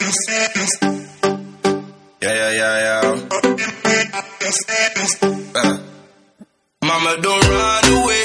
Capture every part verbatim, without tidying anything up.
Yeah, yeah, yeah, yeah. Uh. Mama, don't run away.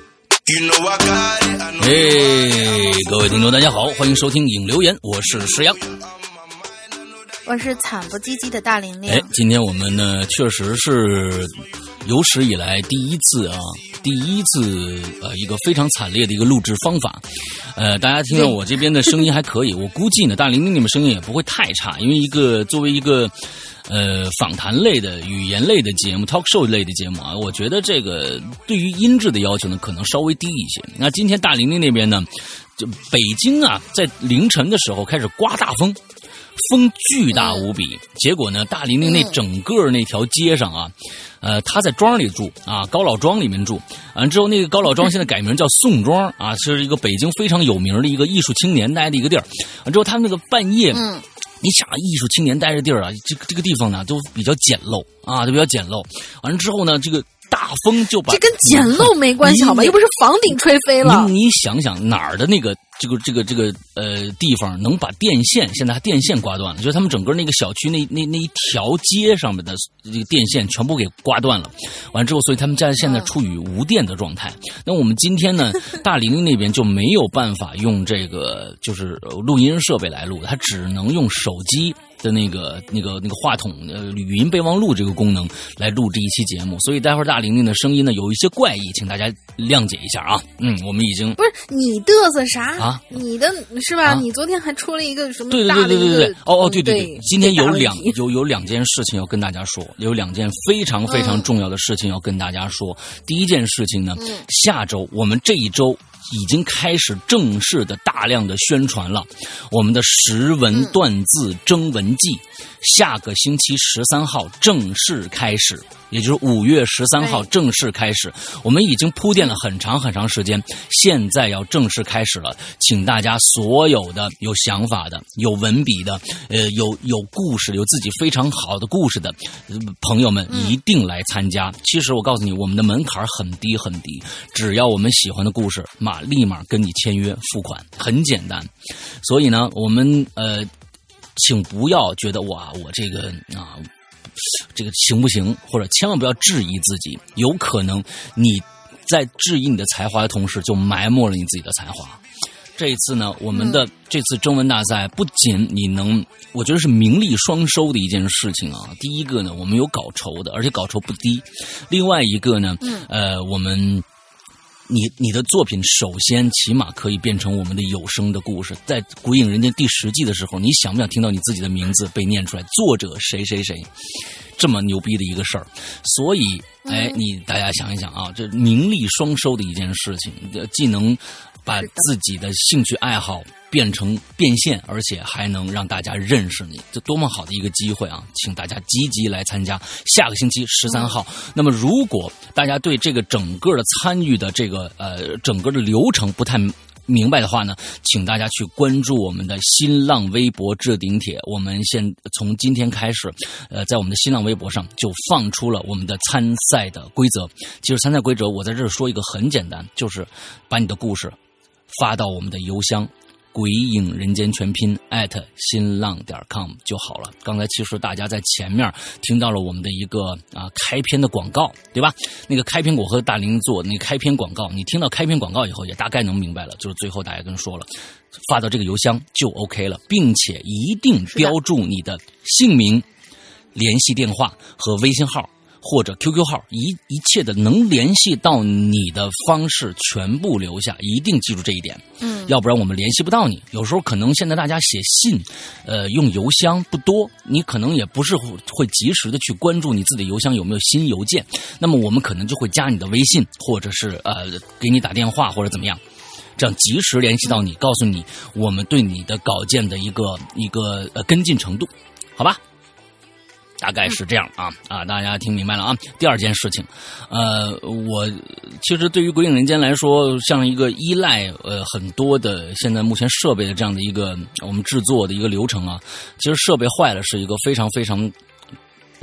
You know I got it. I know. 嘿，各位听众，大家好，欢迎收听影留言，我是石阳。 我是惨不唧唧的大玲玲。 哎，今天我们呢，确实是有史以来第一次啊，第一次呃，一个非常惨烈的一个录制方法。呃，大家听到我这边的声音还可以，我估计呢，大玲玲你们声音也不会太差，因为一个作为一个呃访谈类的、语言类的节目、talk show 类的节目啊，我觉得这个对于音质的要求呢，可能稍微低一些。那今天大玲玲那边呢，就北京啊，在凌晨的时候开始刮大风。风巨大无比，结果呢，大玲玲那整个那条街上啊，呃，她在庄里住啊，高老庄里面住，完之后那个高老庄现在改名叫宋庄啊，是一个北京非常有名的一个艺术青年待的一个地儿。完之后他们那个半夜，嗯，你想艺术青年待的地儿啊，这个这个地方呢都比较简陋啊，都比较简陋。完了之后呢，这个大风就把这跟简陋没关系好吧？又不是房顶吹飞了。 你你想想哪儿的那个这个这个这个呃地方能把电线现在电线刮断了？就是他们整个那个小区那那那一条街上面的这个电线全部给刮断了。完之后，所以他们家现在处于无电的状态。那我们今天呢，大玲玲那边就没有办法用这个就是录音设备来录，他只能用手机的那个那个那个话筒呃语音备忘录这个功能来录这一期节目，所以待会儿大玲玲的声音呢有一些怪异，请大家谅解一下啊。嗯，我们已经不是你嘚瑟啥啊？ 你的是吧？啊、你昨天还出了一个什么大的一个？ 对对对对对对，哦哦对对对， 对，今天有两有有两件事情要跟大家说，有两件非常非常重要的事情要跟大家说。嗯、第一件事情呢，嗯、下周我们这一周已经开始正式的大量的宣传了，我们的识文断字征文季，嗯、下个星期十三号正式开始，也就是五月十三号正式开始。我们已经铺垫了很长很长时间，现在要正式开始了，请大家所有的有想法的、有文笔的、呃有有故事、有自己非常好的故事的、呃、朋友们一定来参加。嗯、其实我告诉你，我们的门槛很低很低，只要我们喜欢的故事，马立马跟你签约付款，很简单。所以呢，我们呃，请不要觉得哇，我这个啊。这个行不行？或者千万不要质疑自己，有可能你在质疑你的才华的同时，就埋没了你自己的才华。这一次呢，我们的这次征文大赛不仅你能，我觉得是名利双收的一件事情啊。第一个呢，我们有稿酬的，而且稿酬不低；另外一个呢，呃，我们。你你的作品首先起码可以变成我们的有声的故事，在《鬼影人间》第十季的时候，你想不想听到你自己的名字被念出来？作者谁谁谁，这么牛逼的一个事儿。所以，哎，你大家想一想啊，这名利双收的一件事情，既能把自己的兴趣爱好变成变现，而且还能让大家认识你，这多么好的一个机会啊！请大家积极来参加，下个星期十三号。嗯、那么，如果大家对这个整个的参与的这个呃整个的流程不太明白的话呢，请大家去关注我们的新浪微博置顶帖。我们现从今天开始，呃，在我们的新浪微博上就放出了我们的参赛的规则。其实参赛规则我在这儿说一个很简单，就是把你的故事发到我们的邮箱。鬼影人间全拼 at 新浪点 com 就好了。刚才其实大家在前面听到了我们的一个啊开篇的广告，对吧？那个开篇我和大玲做那个开篇广告，你听到开篇广告以后也大概能明白了，就是最后大家跟说了，发到这个邮箱就 OK 了，并且一定标注你的姓名、联系电话和微信号。或者 Q Q 号，一一切的能联系到你的方式全部留下，一定记住这一点。嗯，要不然我们联系不到你。有时候可能现在大家写信，呃，用邮箱不多，你可能也不是会及时的去关注你自己的邮箱有没有新邮件。那么我们可能就会加你的微信，或者是呃给你打电话或者怎么样，这样及时联系到你，告诉你我们对你的稿件的一个一个呃跟进程度，好吧？大概是这样啊啊，大家听明白了啊。第二件事情，呃，我其实对于鬼影人间来说，像一个依赖呃很多的现在目前设备的这样的一个我们制作的一个流程啊，其实设备坏了是一个非常非常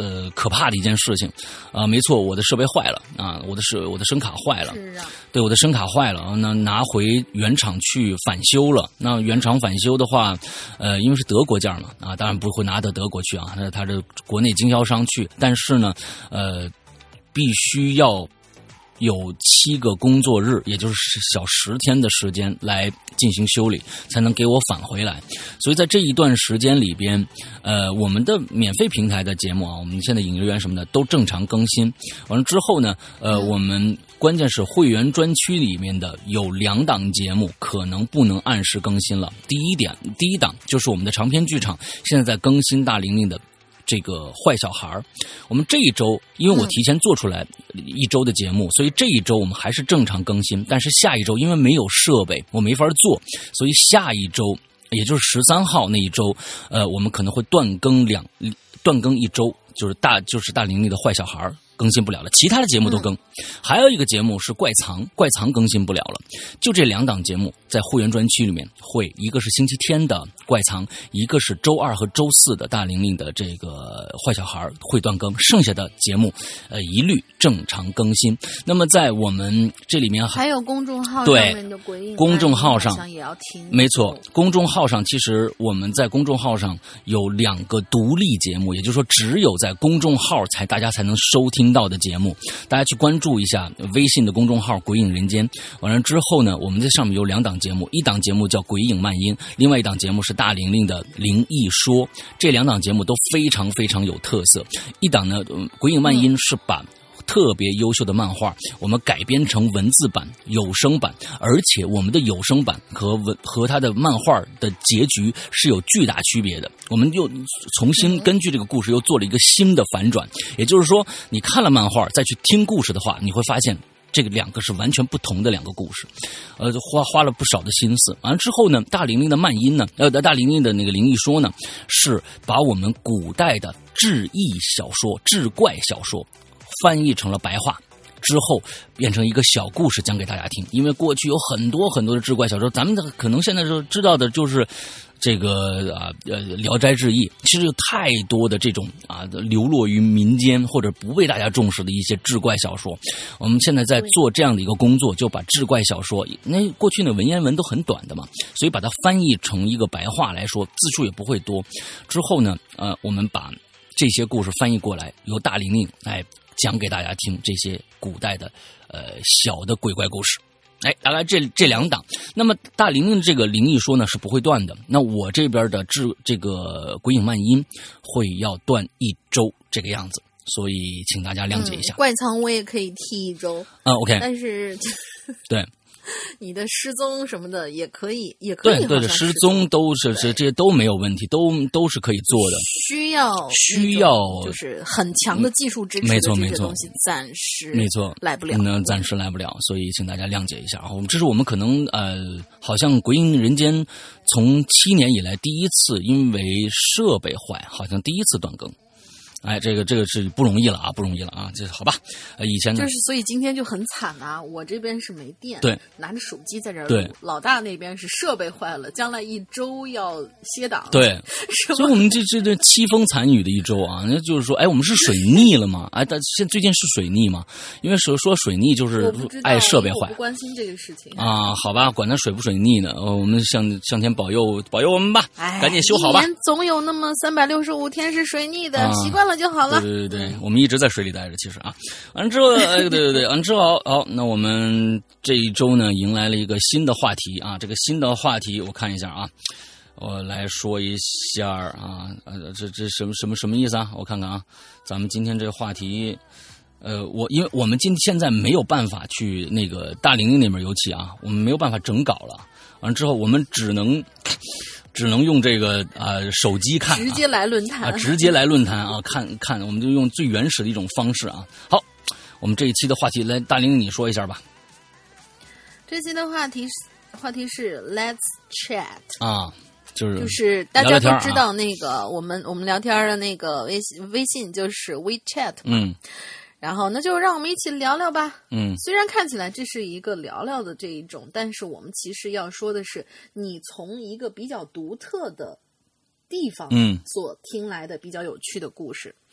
呃可怕的一件事情啊、呃，没错，我的设备坏了啊，我的是我的声卡坏了， 是啊， 对，我的声卡坏了，那拿回原厂去返修了。那原厂返修的话，呃，因为是德国件嘛，啊，当然不会拿到德国去啊，那他这国内经销商去，但是呢，呃，必须要有七个工作日，也就是小十天的时间来进行修理，才能给我返回来。所以在这一段时间里边，呃，我们的免费平台的节目啊，我们现在影乐园什么的都正常更新。完了之后呢，呃，我们关键是会员专区里面的有两档节目可能不能按时更新了。第一点，第一档就是我们的长篇剧场，现在在更新大玲玲的这个坏小孩。我们这一周因为我提前做出来一周的节目，所以这一周我们还是正常更新，但是下一周因为没有设备我没法做，所以下一周也就是十三号那一周，呃，我们可能会断更两断更一周，就是大就是大玲玲的坏小孩更新不了了，其他的节目都更。还有一个节目是怪藏，怪藏更新不了了。就这两档节目在会员专区里面会，一个是星期天的怪藏，一个是周二和周四的大玲玲的这个坏小孩会断更，剩下的节目呃一律正常更新。那么在我们这里面还有公众号上面的鬼影， 公众号上也要听， 没错，公众号上其实我们在公众号上有两个独立节目，也就是说只有在公众号才大家才能收听到的节目，大家去关注一下微信的公众号鬼影人间。完了之后呢，我们在上面有两档节目，一档节目叫鬼影漫音，另外一档节目是大玲玲的灵异说。这两档节目都非常非常有特色。一档呢，鬼影漫音是把特别优秀的漫画我们改编成文字版有声版，而且我们的有声版和文和它的漫画的结局是有巨大区别的。我们又重新根据这个故事又做了一个新的反转，也就是说你看了漫画再去听故事的话，你会发现这个两个是完全不同的两个故事，呃，花花了不少的心思。完了之后呢，大玲玲的漫音呢，呃，大玲玲的那个灵异说呢，是把我们古代的志异小说、志怪小说翻译成了白话。之后变成一个小故事讲给大家听，因为过去有很多很多的志怪小说，咱们的可能现在知道的就是这个啊呃《聊斋志异》，其实有太多的这种啊流落于民间或者不被大家重视的一些志怪小说。我们现在在做这样的一个工作，就把志怪小说，那过去的文言文都很短的嘛，所以把它翻译成一个白话来说，字数也不会多。之后呢，呃，我们把这些故事翻译过来，由大玲玲来讲给大家听这些古代的呃小的鬼怪故事。哎，大概这这两档。那么大玲玲这个灵异说呢是不会断的，那我这边的志这个鬼影漫音会要断一周这个样子，所以请大家谅解一下。 嗯、怪藏我也可以踢一周啊 ，OK， 但是对。 你的失踪什么的也可以，也可以。 对对对，失踪都是这这些都没有问题，都都是可以做的。 需要需要就是很强的技术支持的这些东西，暂时没错来不了， 那暂时来不了，所以请大家谅解一下啊。我们这是我们可能呃，好像鬼影人间从七年以来第一次因为设备坏，好像第一次断更。哎，这个这个是不容易了啊，不容易了啊，这好吧？呃，以前呢， 就是所以今天就很惨啊，我这边是没电， 对， 拿着手机在这儿录， 对， 老大那边是设备坏了，将来一周要歇档， 对，所以我们这这这凄风惨雨的一周啊，那就是说，哎，我们是水逆了吗？哎，但现最近是水逆吗？因为说说水逆就是爱设备坏， 我不关心这个事情啊，好吧，管它水不水逆呢，呃，我们向向天保佑保佑我们吧，赶紧修好吧。 一年总有那么三百六十五天是水逆的，啊、习惯了就好了。 对对对，对我们一直在水里待着，其实啊，完了之后，哎，对对对，完了之后，好，那我们这一周呢，迎来了一个新的话题啊，这个新的话题，我看一下啊，我来说一下啊，呃，这这什么什么什么意思啊？我看看啊，咱们今天这个话题。呃，我因为我们今现在没有办法去那个大玲玲那边，尤其啊，我们没有办法整稿了。完了之后，我们只能只能用这个啊、呃、手机看、啊， 直接来论坛啊，直接来论坛啊，看看，我们就用最原始的一种方式啊。好，我们这一期的话题，来大玲玲你说一下吧。 这期的话题话题是 Let's Chat 啊。就是就是大家都知道那个、啊、我们我们聊天的那个微信微信就是 WeChat 嘛， 嗯。 然后那就让我们一起聊聊吧。 嗯， 虽然看起来这是一个聊聊的这一种，但是我们其实要说的是，你从一个比较独特的地方， 嗯， 所听来的比较有趣的故事。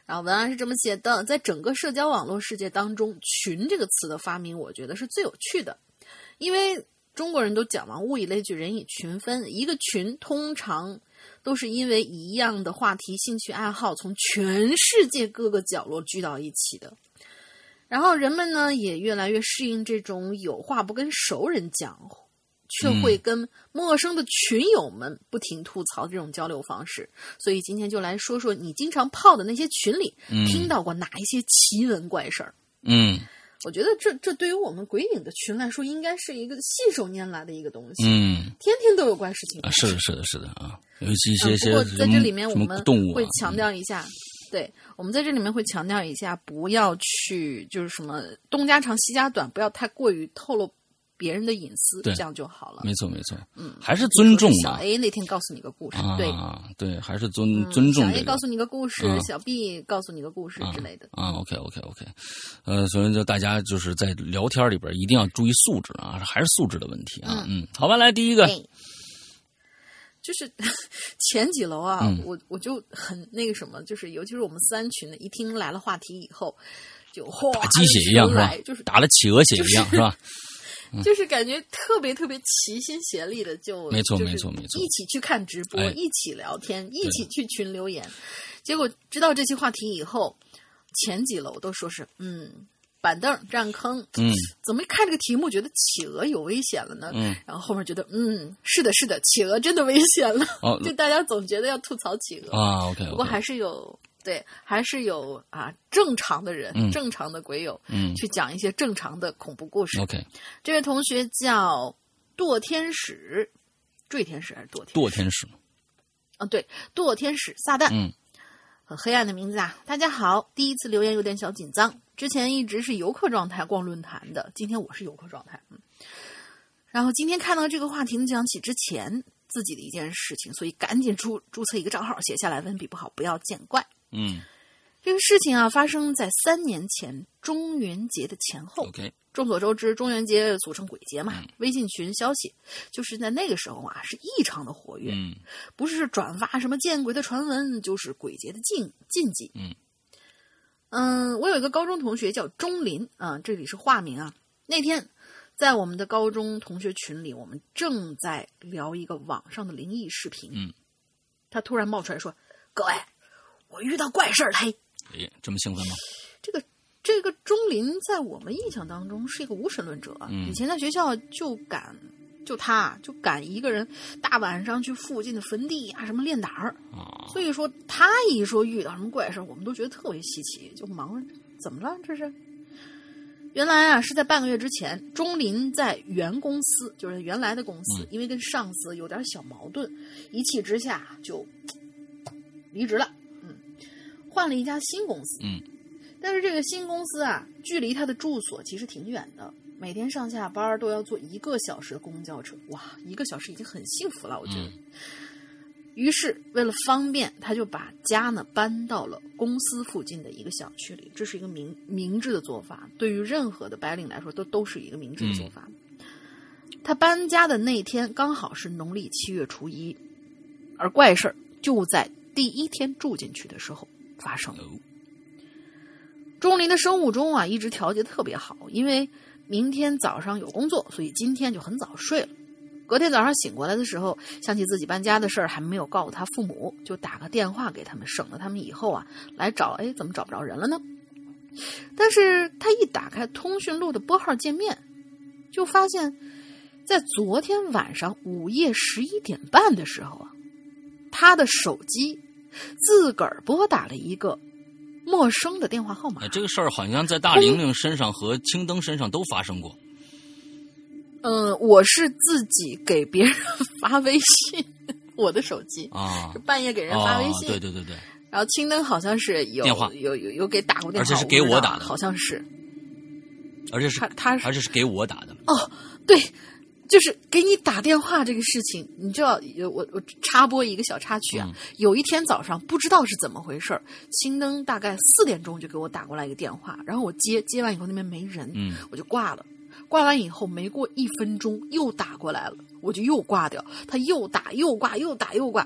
然后文案是这么写的：在整个社交网络世界当中，群这个词的发明，我觉得是最有趣的，因为中国人都讲嘛，物以类聚，人以群分。一个群通常都是因为一样的话题、兴趣爱好，从全世界各个角落聚到一起的。然后人们呢，也越来越适应这种有话不跟熟人讲，却会跟陌生的群友们不停吐槽这种交流方式。所以今天就来说说你经常泡的那些群里，嗯、听到过哪一些奇闻怪事儿。 嗯， 我觉得这这对于我们鬼影的群来说，应该是一个信手拈来的一个东西。 嗯， 天天都有怪事情啊，是的，是的，是的啊，尤其一些些、嗯、不过在这里面我们会强调一下。 嗯对，我们在这里面会强调一下，不要去就是什么东家长西家短，不要太过于透露别人的隐私，这样就好了。 没错，没错，嗯，还是尊重嘛。 小 A 那天告诉你个故事， 啊、 对对，还是尊、嗯、尊重、这个。 小 A 告诉你个故事， 啊、 小 B 告诉你个故事之类的。 啊 ，OK OK OK， 呃，所以就大家就是在聊天里边一定要注意素质啊，还是素质的问题啊。嗯，嗯好吧，来第一个。 就是前几楼啊， 嗯、 我我就很那个什么，就是尤其是我们三群的，一听来了话题以后，就哗打鸡血一样是吧？ 就是打了企鹅血一样、就是、是吧？ 就是感觉特别特别齐心协力的就， 没错没错没错， 一起去看直播， 哎、 一起聊天，一起去群留言。结果知道这些话题以后，前几楼都说是嗯。板凳占坑， 嗯， 怎么看这个题目觉得企鹅有危险了呢？ 嗯， 然后后面觉得，嗯，是的，是的，企鹅真的危险了。哦，就大家总觉得要吐槽企鹅啊 ，OK， 不过还是有对，还是有啊正常的人， 嗯、 正常的鬼友， 嗯， 去讲一些正常的恐怖故事。 OK， 这位同学叫堕天使，坠天使还是堕天使？ 堕天使。 啊，对，堕天使撒旦， 嗯。 很黑暗的名字啊！大家好，第一次留言有点小紧张，之前一直是游客状态逛论坛的，今天我是游客状态。嗯，然后今天看到这个话题呢，讲起之前自己的一件事情，所以赶紧注注册一个账号，写下来，文笔不好不要见怪。 嗯， 这个事情啊，发生在三年前中元节的前后。 OK。 众所周知，中元节俗称鬼节嘛，嗯、微信群消息就是在那个时候啊，是异常的活跃， 嗯， 不是转发什么见鬼的传闻，就是鬼节的禁禁忌。 嗯嗯，我有一个高中同学叫钟林啊，这里是化名啊。那天在我们的高中同学群里，我们正在聊一个网上的灵异视频， 嗯， 他突然冒出来说：“各位，我遇到怪事儿了！”嘿， 哎，这么兴奋吗？ 这个。这个钟林在我们印象当中是一个无神论者， 嗯、 以前在学校就敢，就他就敢一个人大晚上去附近的坟地啊什么练胆儿， 哦、 所以说他一说遇到什么怪事，我们都觉得特别稀奇，就忙问怎么了这是。原来啊是在半个月之前，钟林在原公司，就是原来的公司， 嗯、 因为跟上司有点小矛盾，一气之下就离职了，嗯，换了一家新公司， 嗯。 但是这个新公司啊，距离他的住所其实挺远的，每天上下班都要坐一个小时的公交车。哇，一个小时已经很幸福了，我觉得。 嗯、 于是为了方便，他就把家呢搬到了公司附近的一个小区里。这是一个明明智的做法，对于任何的白领来说，都都是一个明智的做法。嗯、他搬家的那天刚好是农历七月初一，而怪事儿就在第一天住进去的时候发生了。 哦钟林的生物钟啊，一直调节特别好，因为明天早上有工作，所以今天就很早睡了。隔天早上醒过来的时候，想起自己搬家的事儿还没有告诉他父母，就打个电话给他们，省得他们以后啊来找，哎，怎么找不着人了呢？但是他一打开通讯录的拨号界面，就发现，在昨天晚上午夜十一点半的时候啊，他的手机自个儿拨打了一个陌生的电话号码。 哎，这个事儿好像在大玲玲身上和青灯身上都发生过。 嗯、呃，我是自己给别人发微信，我的手机啊， 是半夜给人发微信。 哦、对对对对。 然后青灯好像是有电话， 有有有给打过电话， 而且是给我打的， 好像是。 而且是他他而且是给我打的。 哦，对。就是给你打电话这个事情，你知道，我我插播一个小插曲啊。嗯、有一天早上不知道是怎么回事，青灯大概四点钟就给我打过来一个电话，然后我接接完以后那边没人， 嗯， 我就挂了。挂完以后没过一分钟又打过来了，我就又挂掉，他又打又挂又打又挂，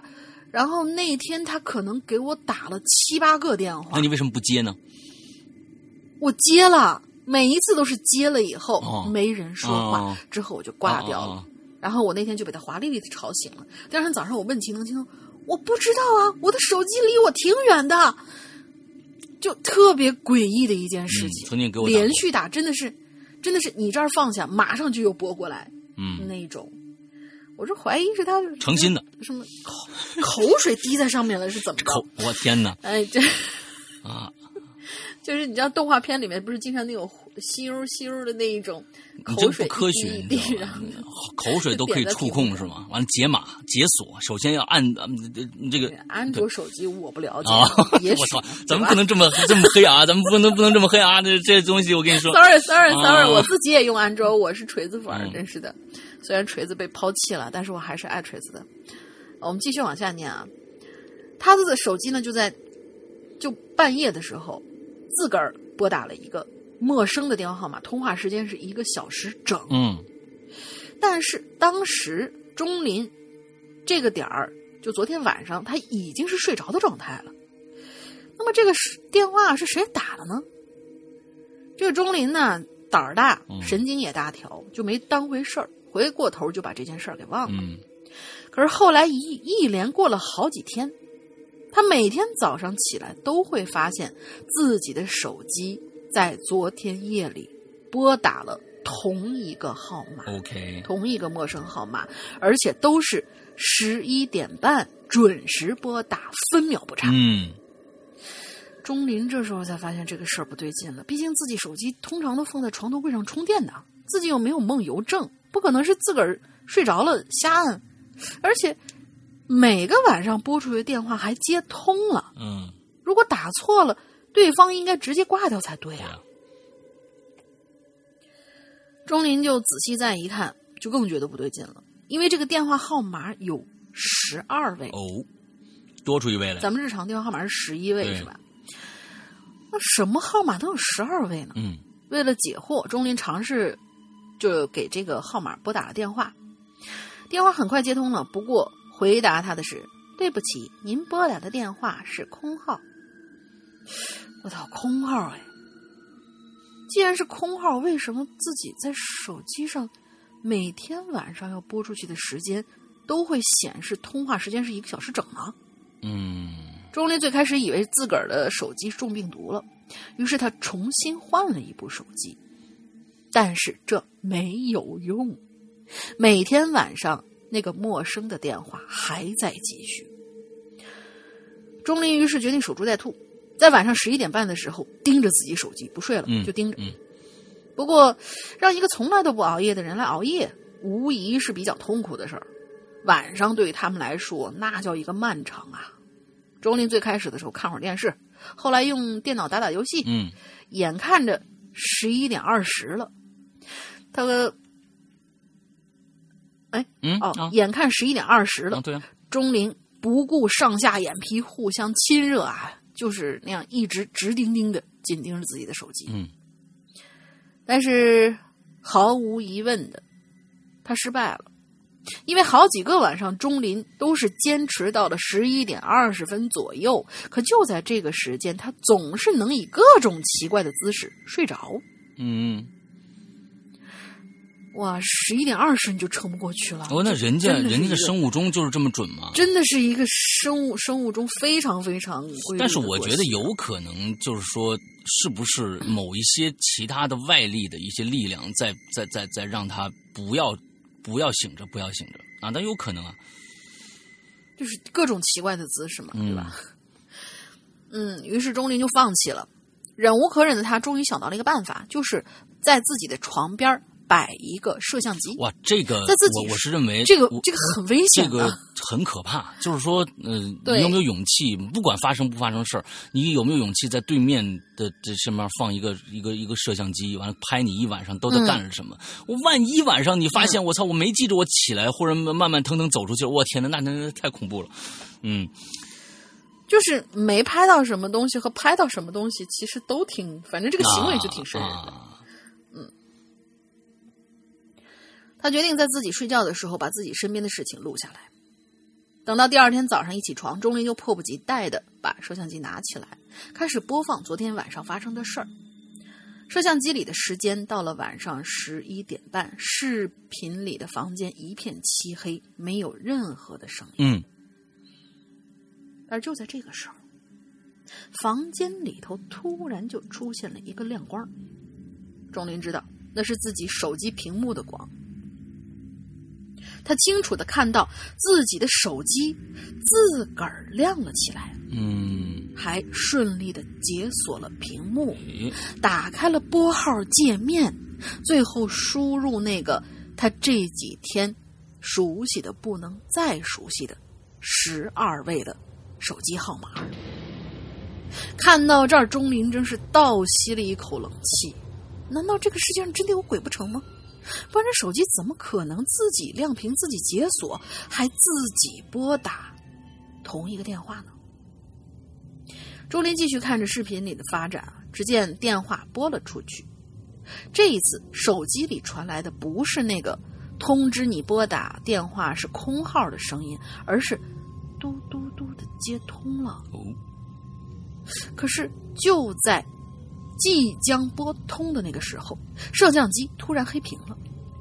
然后那天他可能给我打了七八个电话。 那你为什么不接呢？ 我接了，每一次都是接了以后、 哦、 没人说话、哦、之后我就挂掉了、 哦、 然后我那天就被他华丽丽的吵醒了。第二天早上我问齐能，齐能我不知道啊，我的手机离我挺远的，就特别诡异的一件事情、 嗯、曾经给我连续打，真的是真的是你这儿放下马上就又拨过来， 嗯， 那种我这怀疑是他诚心的什么口口水滴在上面了是怎么着？ 我天哪！ 哎，这啊， 就是你知道动画片里面不是经常那种吸溜吸溜的那一种口水不科学， 一滴上口水都可以触控是吗？完了解码解锁，首先要按这个安卓手机我不了解啊，我操，咱们不能这么这么黑啊，咱们不能不能这么黑啊！这这东西我跟你说 ，sorry sorry sorry，、啊、 我自己也用安卓，我是锤子粉、 嗯， 真是的。虽然锤子被抛弃了，但是我还是爱锤子的。我们继续往下念啊，他的手机呢就在就半夜的时候，自个儿拨打了一个陌生的电话号码，通话时间是一个小时整。 嗯， 但是当时钟林这个点儿，就昨天晚上他已经是睡着的状态了。那么这个电话是谁打的呢？这个钟林呢胆儿大，神经也大条，就没当回事儿。回过头就把这件事儿给忘了、 嗯。 可是后来一一连过了好几天，他每天早上起来都会发现自己的手机在昨天夜里拨打了同一个号码 ，OK， 同一个陌生号码，而且都是十一点半准时拨打，分秒不差。 嗯。 钟林这时候才发现这个事儿不对劲了，毕竟自己手机通常都放在床头柜上充电的，自己又没有梦游症，不可能是自个儿睡着了瞎按，而且每个晚上拨出去的电话还接通了。 嗯， 如果打错了，对方应该直接挂掉才对啊。钟林就仔细再一看，就更觉得不对劲了，因为这个电话号码有十二位哦，多出一位了。 咱们日常电话号码是十一位是吧？那什么号码都有十二位呢？ 嗯， 为了解惑，钟林尝试就给这个号码拨打了电话，电话很快接通了，不过回答他的是对不起，您拨打的电话是空号。我操，空号哎！既然是空号，为什么自己在手机上每天晚上要拨出去的时间都会显示通话时间是一个小时整呢？ 嗯， 钟林最开始以为自个儿的手机中病毒了，于是他重新换了一部手机，但是这没有用，每天晚上那个陌生的电话还在继续。钟林于是决定守株待兔，在晚上十一点半的时候盯着自己手机不睡了、 嗯、 就盯着、 嗯、 不过让一个从来都不熬夜的人来熬夜无疑是比较痛苦的事儿，晚上对于他们来说那叫一个漫长啊。钟林最开始的时候看会儿电视，后来用电脑打打游戏， 嗯， 眼看着十一点二十了，他个哎嗯哦、 啊、 眼看十一点二十了、 啊、对啊， 钟林不顾上下眼皮互相亲热啊，就是那样一直直盯盯的紧盯着自己的手机。 嗯， 但是毫无疑问的，他失败了，因为好几个晚上钟林都是坚持到了十一点二十分左右，可就在这个时间，他总是能以各种奇怪的姿势睡着。 嗯。 哇，十一点二十你就撑不过去了。 哦，那人家人家的生物钟就是这么准吗？ 真的是一个生物生物钟非常非常规律的。 但是我觉得有可能就是说，是不是某一些其他的外力的一些力量在在在在让他不要不要醒着，不要醒着啊？但有可能啊， 就是各种奇怪的姿势嘛， 嗯、 对吧？嗯，于是钟林就放弃了。忍无可忍的他终于想到了一个办法，就是在自己的床边摆一个摄像机。 哇，这个在自己我我是认为这个这个很危险的， 这个很可怕。就是说，嗯、呃， 你有没有勇气？不管发生不发生事儿，你有没有勇气在对面的这上面放一个一个一个摄像机，完了拍你一晚上都在干着什么？嗯、我万一晚上你发现、嗯、我操，我没记着我起来，或者慢慢腾腾走出去，我天哪，那那太恐怖了。嗯。 就是没拍到什么东西和拍到什么东西，其实都挺，反正这个行为就挺瘆人的。 啊、 嗯，他决定在自己睡觉的时候把自己身边的事情录下来。 等到第二天早上一起床，钟林就迫不及待地把摄像机拿起来，开始播放昨天晚上发生的事儿。摄像机里的时间到了晚上十一点半，视频里的房间一片漆黑，没有任何的声音。 嗯， 而就在这个时候，房间里头突然就出现了一个亮光。钟林知道那是自己手机屏幕的光，他清楚地看到自己的手机自个儿亮了起来， 嗯， 还顺利地解锁了屏幕，打开了拨号界面，最后输入那个他这几天熟悉的不能再熟悉的十二位的手机号码。看到这儿，钟林真是倒吸了一口冷气。难道这个世界上真的有鬼不成吗？不然这手机怎么可能自己亮屏、自己解锁，还自己拨打同一个电话呢？钟林继续看着视频里的发展，只见电话拨了出去。这一次手机里传来的不是那个通知你拨打电话是空号的声音，而是嘟嘟嘟的接通了。可是就在即将拨通的那个时候，摄像机突然黑屏了。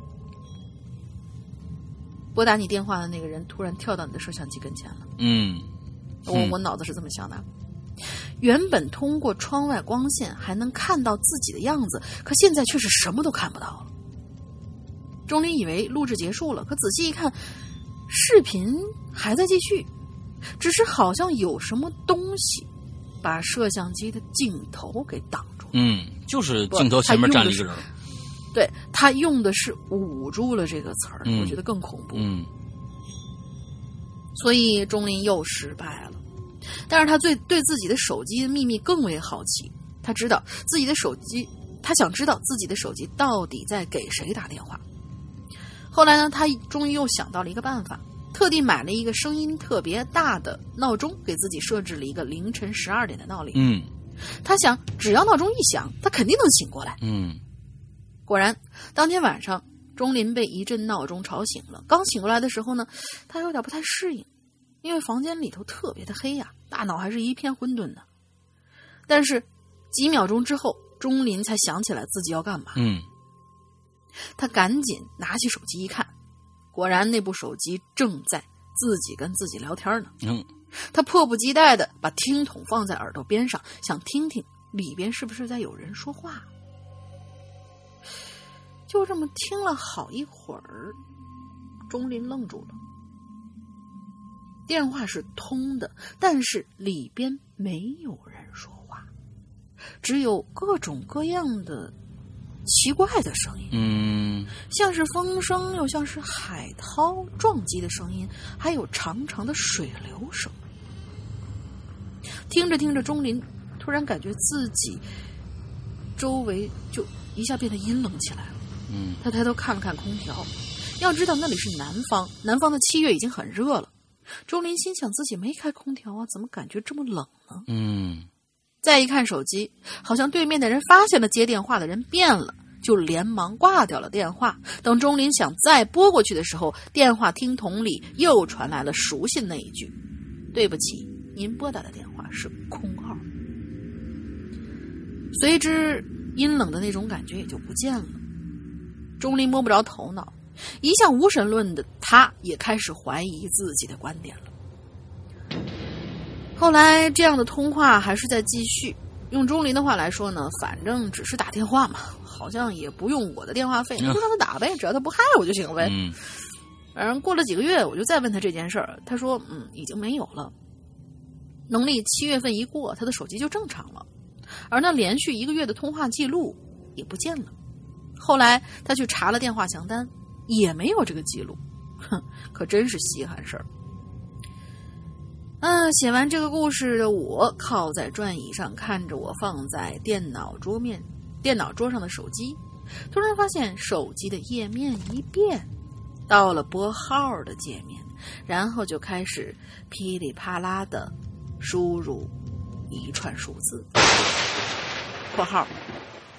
拨打你电话的那个人突然跳到你的摄像机跟前了。 嗯， 我我脑子是这么想的。原本通过窗外光线还能看到自己的样子，可现在却是什么都看不到了。钟林以为录制结束了，可仔细一看，视频还在继续，只是好像有什么东西把摄像机的镜头给挡住了。 嗯，就是镜头前面站了一个人。 对，他用的是捂住了这个词儿、嗯、我觉得更恐怖。 嗯， 所以钟林又失败了。但是他对对自己的手机的秘密更为好奇，他知道自己的手机，他想知道自己的手机到底在给谁打电话。后来呢，他终于又想到了一个办法，特地买了一个声音特别大的闹钟，给自己设置了一个凌晨十二点的闹铃。 嗯， 他想只要闹钟一响，他肯定能醒过来。 嗯， 果然当天晚上钟林被一阵闹钟吵醒了。刚醒过来的时候呢，他有点不太适应，因为房间里头特别的黑呀、啊，大脑还是一片混沌的。但是几秒钟之后，钟林才想起来自己要干嘛。 嗯， 他赶紧拿起手机一看，果然那部手机正在自己跟自己聊天呢。 嗯， 他迫不及待地把听筒放在耳朵边上，想听听里边是不是在有人说话。就这么听了好一会儿，钟林愣住了。电话是通的，但是里边没有人说话，只有各种各样的奇怪的声音。 嗯， 像是风声，又像是海涛撞击的声音，还有长长的水流声。听着听着，钟林突然感觉自己周围就一下变得阴冷起来了。 嗯， 他抬头看了看空调，要知道那里是南方，南方的七月已经很热了。钟林心想自己没开空调啊，怎么感觉这么冷呢？ 嗯， 再一看手机，好像对面的人发现了接电话的人变了，就连忙挂掉了电话。等钟林想再拨过去的时候，电话听筒里又传来了熟悉的那一句：对不起，您拨打的电话是空号。随之阴冷的那种感觉也就不见了。钟林摸不着头脑，一向无神论的他也开始怀疑自己的观点了。后来这样的通话还是在继续，用钟林的话来说呢，反正只是打电话嘛，好像也不用我的电话费，就让他打呗，只要他不害我就行呗。 嗯， 反正过了几个月，我就再问他这件事儿，他说嗯，已经没有了。农历七月份一过，他的手机就正常了，而那连续一个月的通话记录也不见了。后来他去查了电话详单，也没有这个记录，哼，可真是稀罕事儿。啊，写完这个故事的我靠在转椅上，看着我放在电脑桌面、电脑桌上的手机，突然发现手机的页面一变，到了拨号的界面，然后就开始噼里啪啦的输入一串数字。括号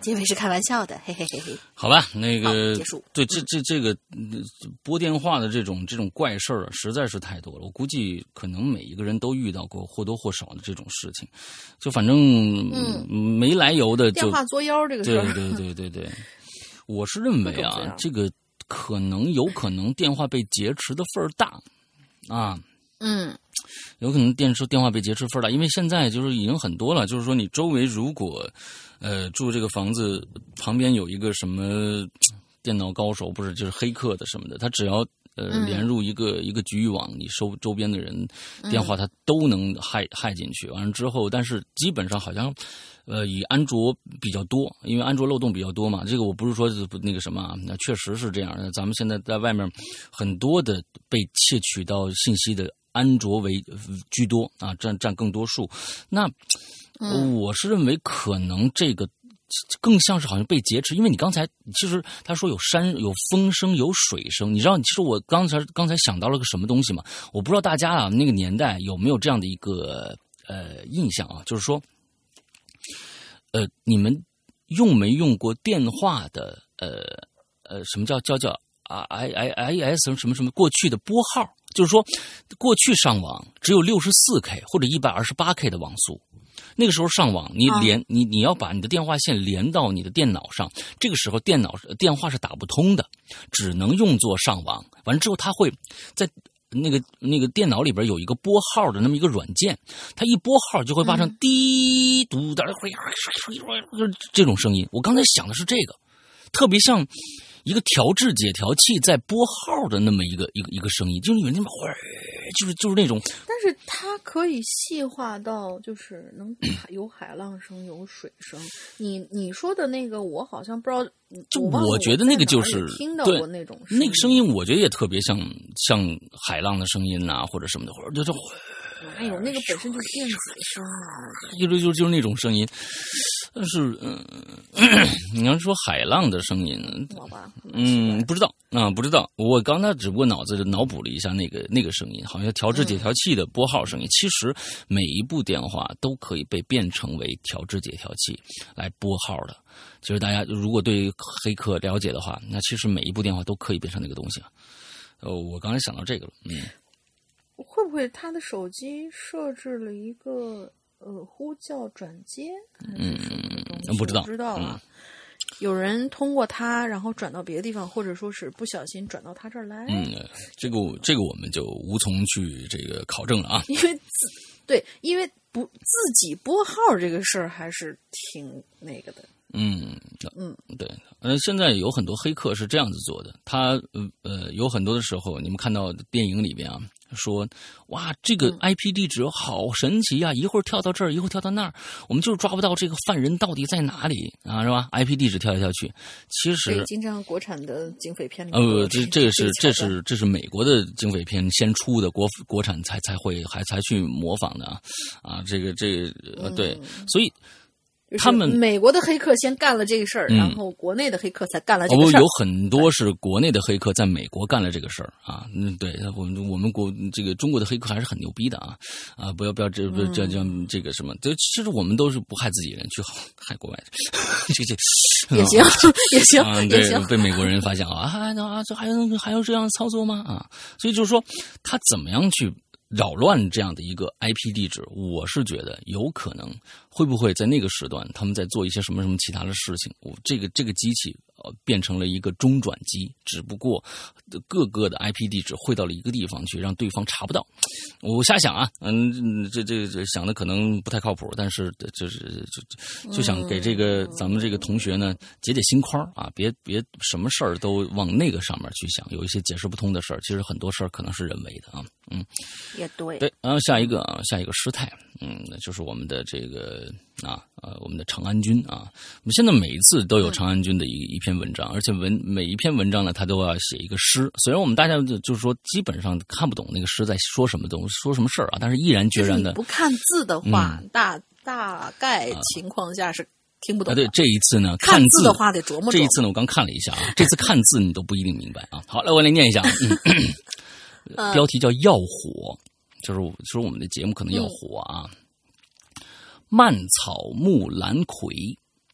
结尾是开玩笑的，嘿嘿嘿嘿。 好吧，那个结束。 对，这这这个拨电话的这种这种怪事儿啊，实在是太多了。我估计可能每一个人都遇到过或多或少的这种事情，就反正嗯没来由的就电话作妖这个事儿。 对对对对对，我是认为啊，这个可能有可能电话被劫持的份儿大啊。 嗯。 有可能电视电话被劫持份儿大，因为现在就是已经很多了。就是说，你周围如果，呃，住这个房子旁边有一个什么电脑高手，不是就是黑客的什么的，他只要呃、嗯、连入一个一个局域网，你收周边的人电话，他都能害害进去。完了之后，但是基本上好像，呃，以安卓比较多，因为安卓漏洞比较多嘛。这个我不是说那个什么，那确实是这样的。咱们现在在外面很多的被窃取到信息的。安卓为居多啊，占占更多数。那、嗯、我是认为可能这个更像是好像被劫持，因为你刚才其实他说有山有风声有水声，你知道，其实我刚才刚才想到了个什么东西吗？我不知道大家啊那个年代有没有这样的一个呃印象啊，就是说，呃，你们用没用过电话的呃呃什么叫叫叫啊 I I I S 什么什么过去的拨号？就是说，过去上网只有六十四 K 或者一百二十八 K 的网速，那个时候上网，你连、啊、你你要把你的电话线连到你的电脑上，这个时候电脑电话是打不通的，只能用作上网。完了之后，它会在那个那个电脑里边有一个拨号的那么一个软件，它一拨号就会发生滴嘟的这种声音。我刚才想的是这个，特别像。一个调制解调器在拨号的那么一个一个一个声音，就是你们那么就是就是那种， 但是它可以细化到就是能有海浪声有水声。你你说的那个我好像不知道， 就我觉得那个就是听到过那种声音， 那个声音，我觉得也特别像像海浪的声音呐、啊，或者什么的，或者就是。 哎呦，那个本身就是电子声啊， 就就就就是那种声音，但是嗯、呃，你要说海浪的声音， 好吧， 嗯，不知道啊，不知道。我刚才只不过脑子脑补了一下那个那个声音，好像调制解调器的拨号声音。嗯、其实每一部电话都可以被变成为调制解调器来拨号的。其实大家如果对黑客了解的话，那其实每一部电话都可以变成那个东西啊。呃，我刚才想到这个了，嗯。 会不会他的手机设置了一个呃呼叫转接？ 嗯，不知道， 不知道啊。 嗯、 有人通过它，然后转到别的地方，或者说是不小心转到他这儿来。 嗯，这个这个我们就无从去这个考证了啊。 因为自对，因为不自己拨号这个事儿还是挺那个的。 嗯嗯，对，呃，现在有很多黑客是这样子做的，他呃呃有很多的时候，你们看到电影里边啊，说哇这个 I P 地址好神奇呀、啊，一会儿跳到这儿，一会儿跳到那儿，我们就是抓不到这个犯人到底在哪里啊，是吧 ？I P 地址跳来跳去，其实对，经常国产的警匪片里呃，这这是这是这是美国的警匪片先出的，国国产才才会还才去模仿的啊啊，这个这个呃对， 嗯、 所以。他们美国的黑客先干了这个事儿、嗯，然后国内的黑客才干了这个事儿。 哦，有很多是国内的黑客在美国干了这个事儿啊。嗯，对，我们我们国这个中国的黑客还是很牛逼的啊啊！不要不要这这这这这个什么，这其实我们都是不害自己人，去害国外的，这这也行也行、 啊、 也行。 被美国人发现啊啊，这还有还有这样操作吗？啊，所以就是说他怎么样去。扰乱这样的一个 I P 地址，我是觉得有可能会不会在那个时段他们在做一些什么什么其他的事情。我这个这个机器呃变成了一个中转机，只不过各个的 I P 地址汇到了一个地方去，让对方查不到。我瞎想啊，嗯，这这这想的可能不太靠谱，但是就是就就想给这个咱们这个同学呢解解心宽啊，别别什么事儿都往那个上面去想，有一些解释不通的事儿，其实很多事儿可能是人为的啊，嗯。 也对， 对，然后下一个啊，下一个师太，嗯，就是我们的这个啊呃，我们的长安君啊，我们现在每一次都有长安君的一一篇文章，而且文每一篇文章呢，他都要写一个诗。虽然我们大家就是说基本上看不懂那个诗在说什么东西，说什么事儿啊，但是毅然决然的。 你不看字的话，嗯、大大概情况下是听不懂的。 啊，对，这一次呢， 看字字的话得琢磨琢磨。 这一次呢，我刚看了一下啊，这次看字你都不一定明白啊。好，来我来念一下啊。嗯、标题叫要火。就是说我们的节目可能要火啊！嗯、蔓草木兰葵，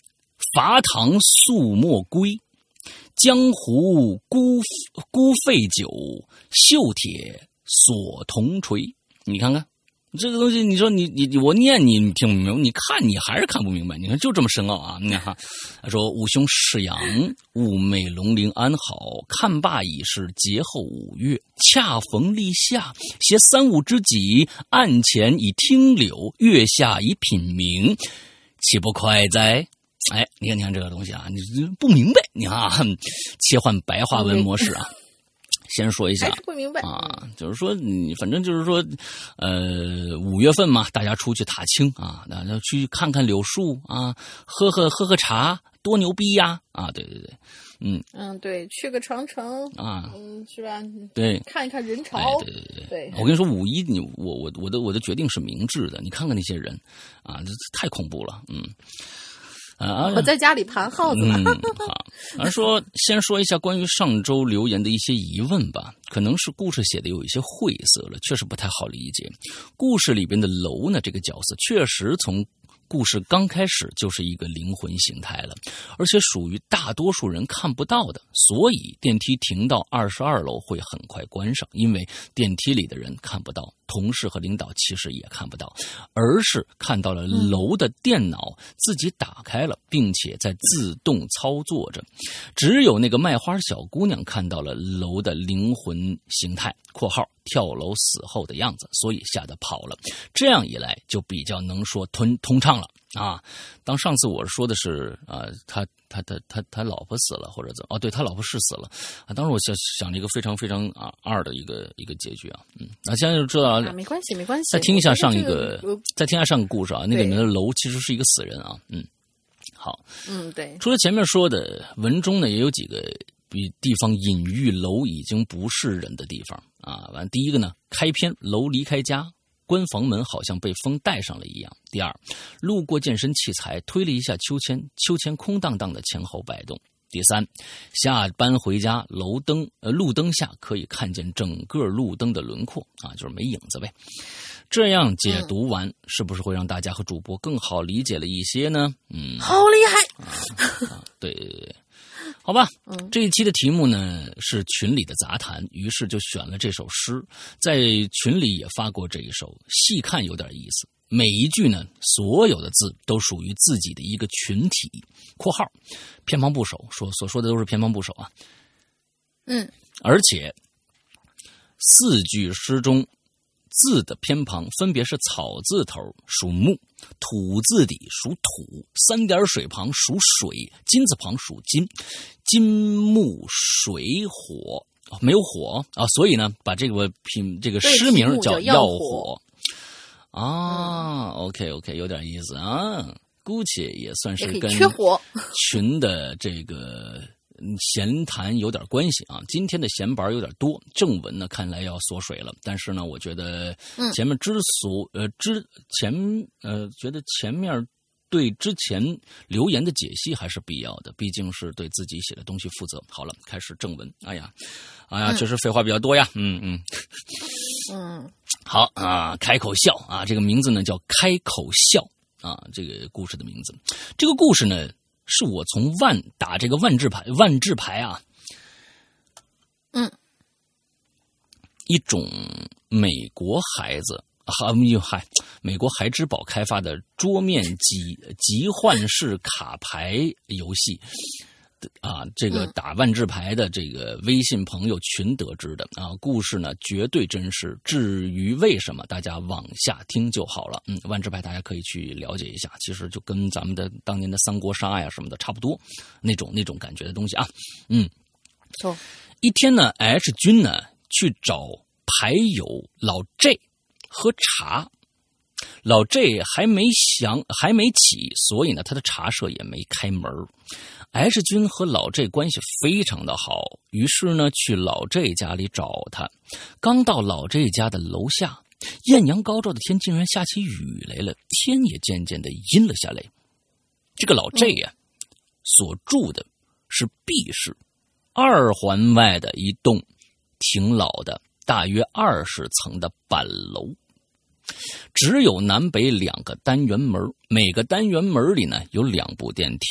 伐唐粟墨龟，江湖孤孤废酒，锈铁锁铜锤。你看看这个东西，你说你你我念你你听不明白，你看你还是看不明白。你看就这么深奥啊！你看哈，他说吾兄是阳，物昧龙陵安好，看罢已是节后五月，恰逢立夏，携三五知己，案前以听柳，月下以品茗，岂不快哉？哎，你看，你看这个东西啊，你不明白，你看啊，切换白话文模式啊。先说一下， 还是不明白啊，就是说你反正就是说，呃，五月份嘛，大家出去踏青啊，那去看看柳树啊，喝喝喝喝茶，多牛逼呀！啊，对对对，嗯嗯，对，去个长城啊， 嗯，是吧？ 对， 看一看人潮。 哎、对对对对， 我跟你说，五一你我我我的我的决定是明智的，你看看那些人啊，这太恐怖了，嗯。啊， 我在家里盘耗子。 嗯，好。而说，先说一下关于上周留言的一些疑问吧。可能是故事写的有一些晦涩了，确实不太好理解。故事里边的楼呢，这个角色确实从故事刚开始就是一个灵魂形态了，而且属于大多数人看不到的，所以电梯停到二十二楼会很快关上，因为电梯里的人看不到，同事和领导其实也看不到，而是看到了楼的电脑自己打开了，并且在自动操作着。只有那个卖花小姑娘看到了楼的灵魂形态（括号跳楼死后的样子），所以吓得跑了。这样一来就比较能说通通畅了啊。当上次我说的是啊，他他他他他老婆死了或者怎么？哦，对他老婆是死了啊。当时我想想了一个非常非常啊二的一个一个结局啊，嗯，那现在就知道啊，没关系没关系。 再听一下上一个， 这个、 再听一下上个故事啊，那里面的楼其实是一个死人啊，嗯，好， 嗯对。 除了前面说的，文中呢也有几个比地方隐喻楼已经不是人的地方啊。完，第一个呢，开篇楼离开家。关房门好像被风带上了一样。第二，路过健身器材，推了一下秋千，秋千空荡荡的前后摆动。第三，下班回家，楼灯呃路灯下可以看见整个路灯的轮廓啊，就是没影子呗。这样解读完，嗯、是不是会让大家和主播更好理解了一些呢？嗯， 好厉害啊！啊对对对。好吧，这一期的题目呢是群里的杂谈，于是就选了这首诗，在群里也发过这一首，细看有点意思。每一句呢，所有的字都属于自己的一个群体（括号偏旁部首），说所说的都是偏旁部首啊。 嗯， 而且四句诗中字的偏旁分别是草字头属木，土字底属土，三点水旁属水，金字旁属金，金木水火没有火啊，所以呢，把这个品这个诗名叫耀火啊。OK OK， 有点意思啊，姑且也算是跟群的这个闲谈有点关系啊，今天的闲白有点多，正文呢看来要缩水了，但是呢，我觉得前面之所呃之前呃觉得前面对之前留言的解析还是必要的，毕竟是对自己写的东西负责。好了，开始正文。哎呀，哎呀，确实废话比较多呀。嗯嗯嗯， 好啊，开口笑啊，这个名字呢叫开口笑啊，这个故事的名字。这个故事呢，是我从万打这个万智牌万智牌啊， 嗯， 一种美国孩子哈嗨，美国孩之宝开发的桌面集集换式卡牌游戏啊，这个打万智牌的这个微信朋友群得知的啊，故事呢绝对真实。至于为什么，大家往下听就好了。嗯，万智牌大家可以去了解一下，其实就跟咱们的当年的三国杀呀什么的差不多，那种那种感觉的东西啊。嗯， 错。 一天呢 ，H 君呢去找牌友老 J 喝茶。老 J 还没想还没起，所以呢，他的茶社也没开门。H 君和老 J 关系非常的好，于是呢，去老 J 家里找他。刚到老 J 家的楼下，艳阳高照的天竟然下起雨来了，天也渐渐的阴了下来。这个老 J 呀、啊，所住的是 B 市二环外的一栋挺老的，大约二十层的板楼。只有南北两个单元门，每个单元门里呢有两部电梯。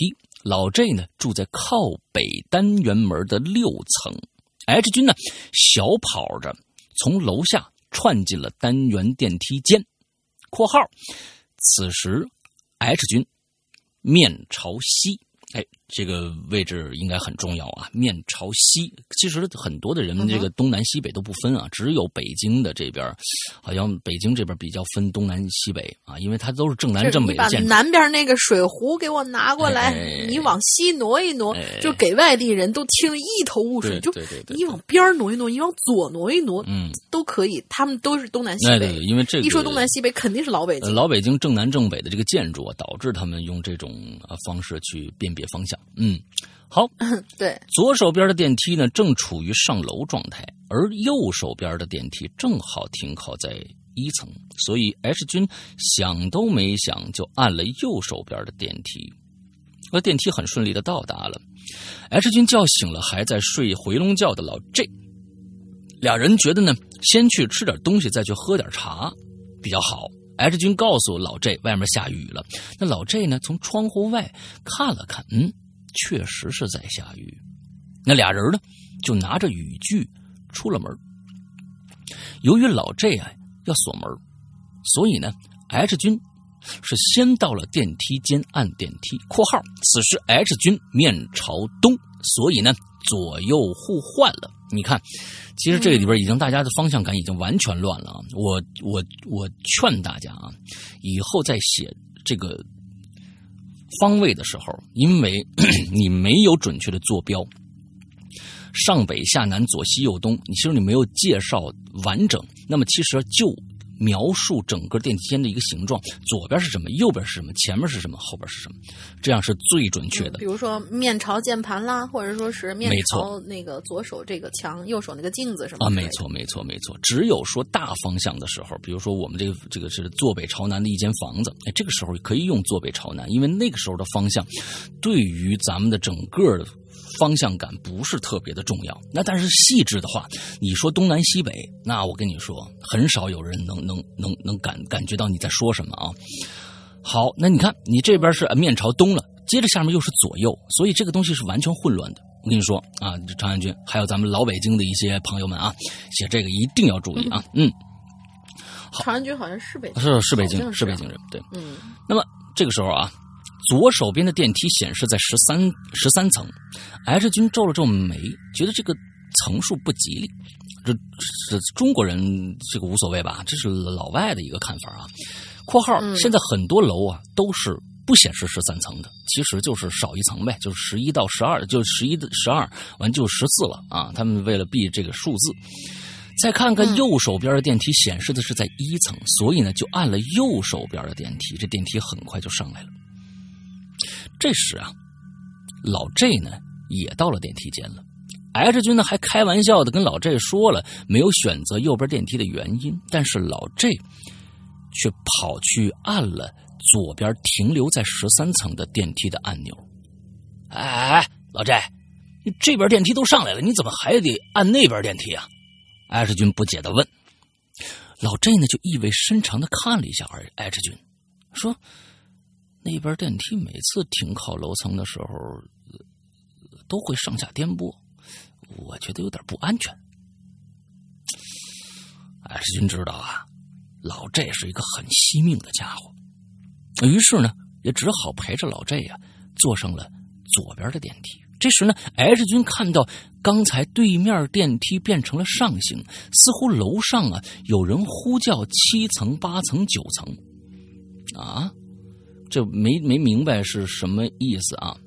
老 J 呢住在靠北单元门的六层 ，H 君呢小跑着从楼下窜进了单元电梯间。（括号）此时 H 君面朝西。哎，这个位置应该很重要啊！面朝西，其实很多的人这个东南西北都不分啊，只有北京的这边，好像北京这边比较分东南西北啊，因为它都是正南正北的建筑。 你把南边那个水壶给我拿过来，哎、你往西挪一挪，哎、就给外地人都听了一头雾水。就你往边挪一挪，你往左挪一挪，嗯，都可以。他们都是东南西北， 对对，因为这个一说东南西北，肯定是老北京。 老北京正南正北的这个建筑啊，导致他们用这种方式去辨别方向。嗯，好， 对， 左手边的电梯呢正处于上楼状态，而右手边的电梯正好停靠在一层，所以 H 君想都没想就按了右手边的电梯，而电梯很顺利的到达了。H 君叫醒了还在睡回笼觉的老 J， 俩人觉得呢，先去吃点东西，再去喝点茶比较好。H 君告诉老 J 外面下雨了，那老 J 呢从窗户外看了看，嗯，确实是在下雨。那俩人呢就拿着雨具出了门。由于老 J 啊要锁门，所以呢 H 君是先到了电梯间按电梯。（括号此时 H 君面朝东，所以呢左右互换了。）你看，其实这个里边已经大家的方向感已经完全乱了啊！我我我劝大家啊，以后在写这个方位的时候，因为你没有准确的坐标，上北下南左西右东，你其实你没有介绍完整，那么其实就描述整个电梯间的一个形状，左边是什么，右边是什么，前面是什么，后边是什么，这样是最准确的。 嗯、比如说面朝键盘啦，或者说是面朝那个左手这个墙，右手那个镜子什么的。 啊，没错，没错，没错。只有说大方向的时候，比如说我们这个这个是坐北朝南的一间房子，哎，这个时候可以用坐北朝南，因为那个时候的方向对于咱们的整个的方向感不是特别的重要。那但是细致的话，你说东南西北，那我跟你说，很少有人能能能能感感觉到你在说什么啊。好，那你看你这边是面朝东了，接着下面又是左右，所以这个东西是完全混乱的。我跟你说啊，长安君还有咱们老北京的一些朋友们啊，写这个一定要注意啊。嗯， 好，长安君好像是北京， 是是北京，是北京人，对。嗯，那么这个时候啊。左手边的电梯显示在十三十三层 ，H 君皱了皱眉，觉得这个层数不吉利。这这中国人这个无所谓吧，这是老外的一个看法啊。括号、嗯、现在很多楼啊都是不显示十三层的，其实就是少一层呗，就是十一到十二，就十一十二完就十四了啊。他们为了避这个数字。再看看右手边的电梯显示的是在一层，所以呢就按了右手边的电梯，这电梯很快就上来了。这时啊，老 J 呢也到了电梯间了。H 君呢还开玩笑的跟老 J 说了没有选择右边电梯的原因，但是老 J 却跑去按了左边停留在十三层的电梯的按钮。哎，老 J， 你这边电梯都上来了，你怎么还得按那边电梯啊？ H 君不解的问。老 J 呢就意味深长的看了一下 H 君，说那边电梯每次停靠楼层的时候都会上下颠簸，我觉得有点不安全。H 君知道啊，老 J 是一个很惜命的家伙，于是呢也只好陪着老 J 啊坐上了左边的电梯。这时呢 H 君看到刚才对面电梯变成了上行，似乎楼上啊有人呼叫七层八层九层啊，这没没明白是什么意思啊。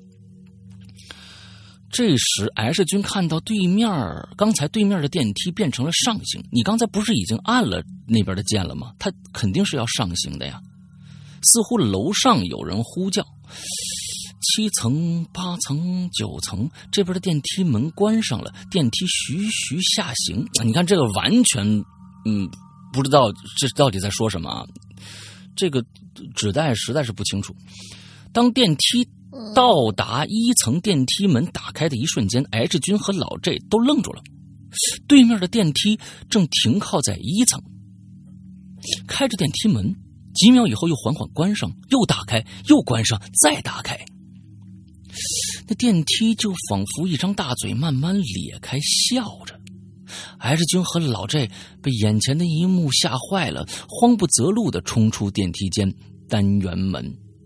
这时 H 君看到对面刚才对面的电梯变成了上行，你刚才不是已经按了那边的键了吗？它肯定是要上行的呀。似乎楼上有人呼叫七层八层九层，这边的电梯门关上了，电梯徐徐下行。你看这个完全嗯不知道这到底在说什么啊，这个指代实在是不清楚。当电梯到达一层电梯门打开的一瞬间， H 君和老 J 都愣住了。对面的电梯正停靠在一层，开着电梯门，几秒以后又缓缓关上，又打开，又关上，再打开。 那电梯就仿佛一张大嘴慢慢咧开，笑着。H君和老 J 被眼前的一幕吓坏了，慌不择路地冲出电梯间单元门。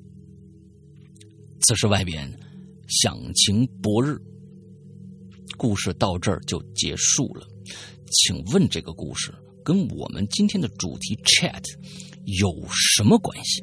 此时外边响晴博日，故事到这儿就结束了。请问这个故事跟我们今天的主题 chat 有什么关系？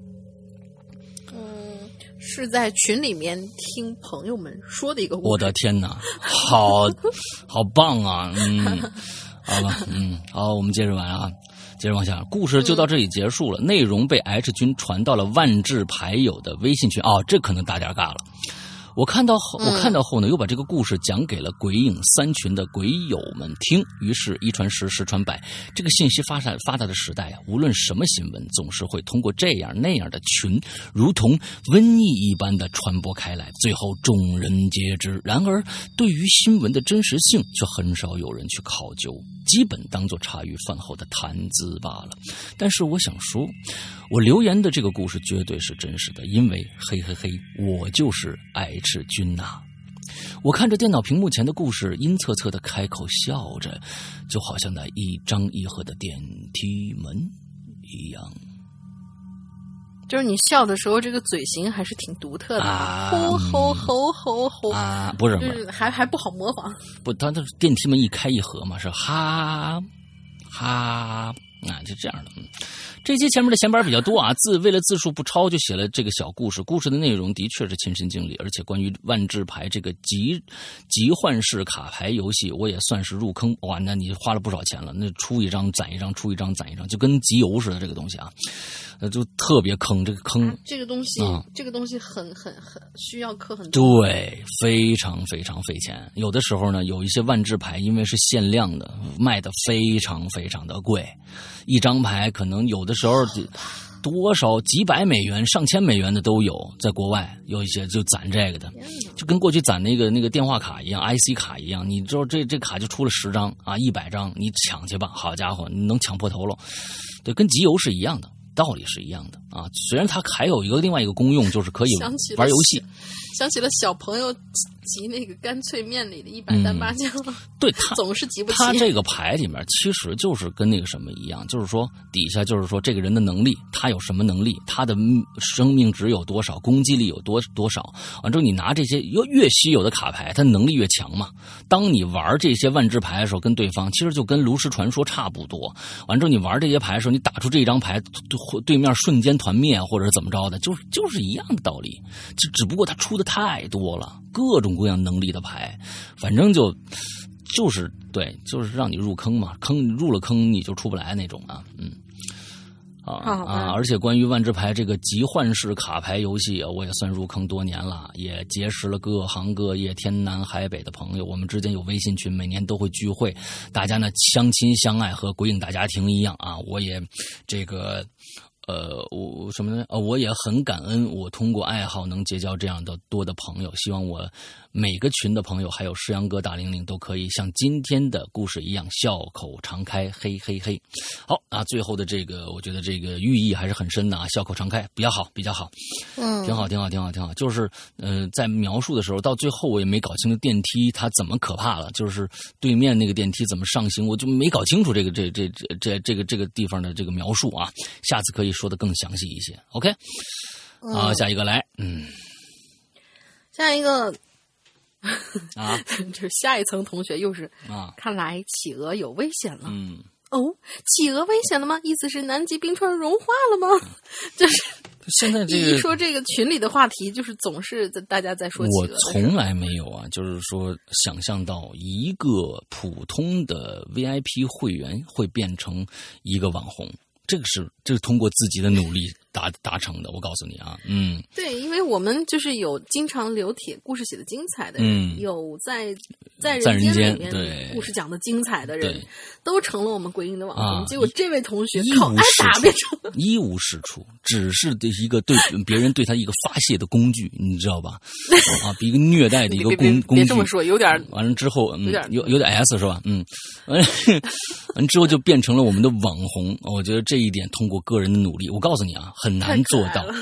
嗯，是在群里面听朋友们说的一个故事。 我的天哪，好好棒啊！嗯，好吧，嗯，好，我们接着玩啊。接着往下，故事就到这里结束了。嗯、内容被 H 君传到了万智牌友的微信群。哦，这可能打点尬了。我看到后，我看到后呢，又把这个故事讲给了鬼影三群的鬼友们听。于是，一传十，十传百。这个信息发达发达的时代啊，无论什么新闻，总是会通过这样那样的群，如同瘟疫一般的传播开来，最后众人皆知。然而，对于新闻的真实性，却很少有人去考究，基本当作茶余饭后的谈资罢了。但是，我想说，我留言的这个故事绝对是真实的，因为嘿嘿嘿，我就是H君呐！我看着电脑屏幕前的故事，阴恻恻的开口笑着，就好像那一张一合的电梯门一样。 就是你笑的时候，这个嘴型还是挺独特的， 啊， 吼吼吼吼吼啊，不是， 就是还还不好模仿。 不，它的电梯门一开一合嘛，是哈哈。啊，就这样的。嗯，这期前面的闲板比较多啊，字为了字数不超，就写了这个小故事。故事的内容的确是亲身经历，而且关于万智牌这个集集换式卡牌游戏，我也算是入坑。哇，那你花了不少钱了，那出一张攒一张，出一张攒一张，就跟集邮似的这个东西啊，呃，就特别坑。这个坑， 啊、这个东西， 啊、 这个东西很很很需要氪很多， 对，非常非常费钱。有的时候呢，有一些万智牌因为是限量的，卖的非常非常的贵。一张牌可能有的时候多少几百美元、上千美元的都有，在国外有一些就攒这个的，就跟过去攒那个那个电话卡一样、I C 卡一样。你知道这这卡就出了十张啊，一百张，你抢去吧，好家伙，你能抢破头了。对，跟集邮是一样的，道理是一样的啊。虽然它还有一个另外一个功用，就是可以玩游戏。 想起了小朋友集那个干脆面里的一百单八将，嗯、 对他总是集不齐。 他这个牌里面其实就是跟那个什么一样，就是说底下就是说这个人的能力，他有什么能力，他的生命值有多少，攻击力有多多少。完之后你拿这些越稀有的卡牌，他能力越强嘛。当你玩这些万智牌的时候，跟对方其实就跟炉石传说差不多。完之后你玩这些牌的时候，你打出这一张牌，对面瞬间团灭或者是怎么着的，就是就是一样的道理。就只不过他出的太多了，各种各样能力的牌，反正就就是对，就是让你入坑嘛，坑入了坑你就出不来那种啊，嗯。啊啊！而且关于万智牌这个集换式卡牌游戏，我也算入坑多年了，也结识了各行各业、天南海北的朋友。我们之间有微信群，每年都会聚会，大家呢相亲相爱，和鬼影大家庭一样啊！我也这个。呃，我什么呢？呃，我也很感恩，我通过爱好能结交这样的多的朋友。希望我每个群的朋友，还有诗阳哥、大玲玲，都可以像今天的故事一样笑口常开，嘿嘿嘿。好啊，最后的这个，我觉得这个寓意还是很深的啊，笑口常开比较好，比较好，嗯，挺好，挺好，挺好，挺好。就是呃，在描述的时候，到最后我也没搞清楚电梯它怎么可怕了，就是对面那个电梯怎么上行，我就没搞清楚这个这这这这这个这个地方的这个描述啊。下次可以说的更详细一些 ，OK？ 好、嗯，下一个来，嗯， 下一个啊， 就是下一层同学又是啊， 看来企鹅有危险了， 嗯， 哦，企鹅危险了吗？意思是南极冰川融化了吗？就是现在这个一说这个群里的话题，就是总是大家在说企鹅， 我从来没有啊，就是说想象到一个普通的 V I P 会员会变成一个网红。这个是这是通过自己的努力达达成的，我告诉你啊，嗯， 对，因为我们就是有经常留帖故事写的精彩的人， 嗯， 有在在人间里面对故事讲的精彩的人， 对， 都成了我们鬼影的网红。 啊、 结果这位同学一靠挨打变成一无是处，只是一个对别人对他一个发泄的工具，你知道吧？啊，比一个虐待的一个工工具。 别这么说，有点完了之后，嗯、 有点有有点 S 是吧？嗯，完了完之后就变成了我们的网红。我觉得这一点通过个人的努力，我告诉你啊，很难做到。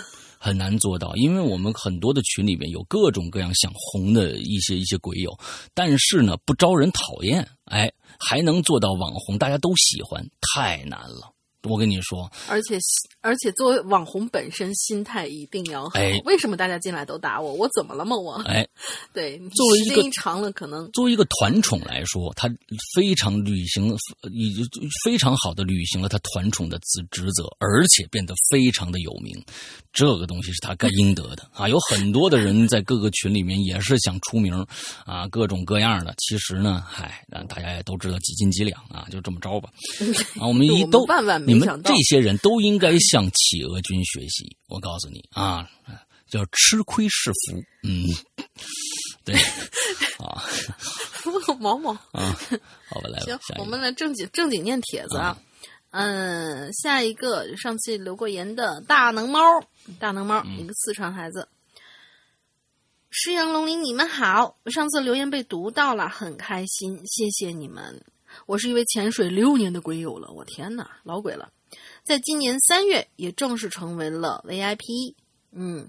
很难做到，因为我们很多的群里面有各种各样想红的一些一些鬼友，但是呢不招人讨厌，哎，还能做到网红大家都喜欢，太难了。我跟你说， 而且而且作为网红本身心态一定要好。 哎， 为什么大家进来都打我？我怎么了吗？我哎， 对， 作为一个时间一长了，可能作为一个团宠来说，他非常履行，已经非常好的履行了他团宠的职职责，而且变得非常的有名。这个东西是他该应得的啊！有很多的人在各个群里面也是想出名啊，各种各样的。其实呢，嗨，大家也都知道几斤几两啊，就这么着吧。啊，我们一都万万没你想到， 们这些人都应该向企鹅君学习。我告诉你啊，叫吃亏是福。嗯，对啊， 毛毛啊，好吧，来吧， 行， 下一个我们来正经正经念帖子啊。嗯，下一个上次留过言的大能猫，大能猫， 嗯、 一个四川孩子。诗阳龙鳞，你们好！上次留言被读到了，很开心，谢谢你们。我是一位潜水六年的鬼友了，我天哪，老鬼了！在今年三月也正式成为了 V I P。嗯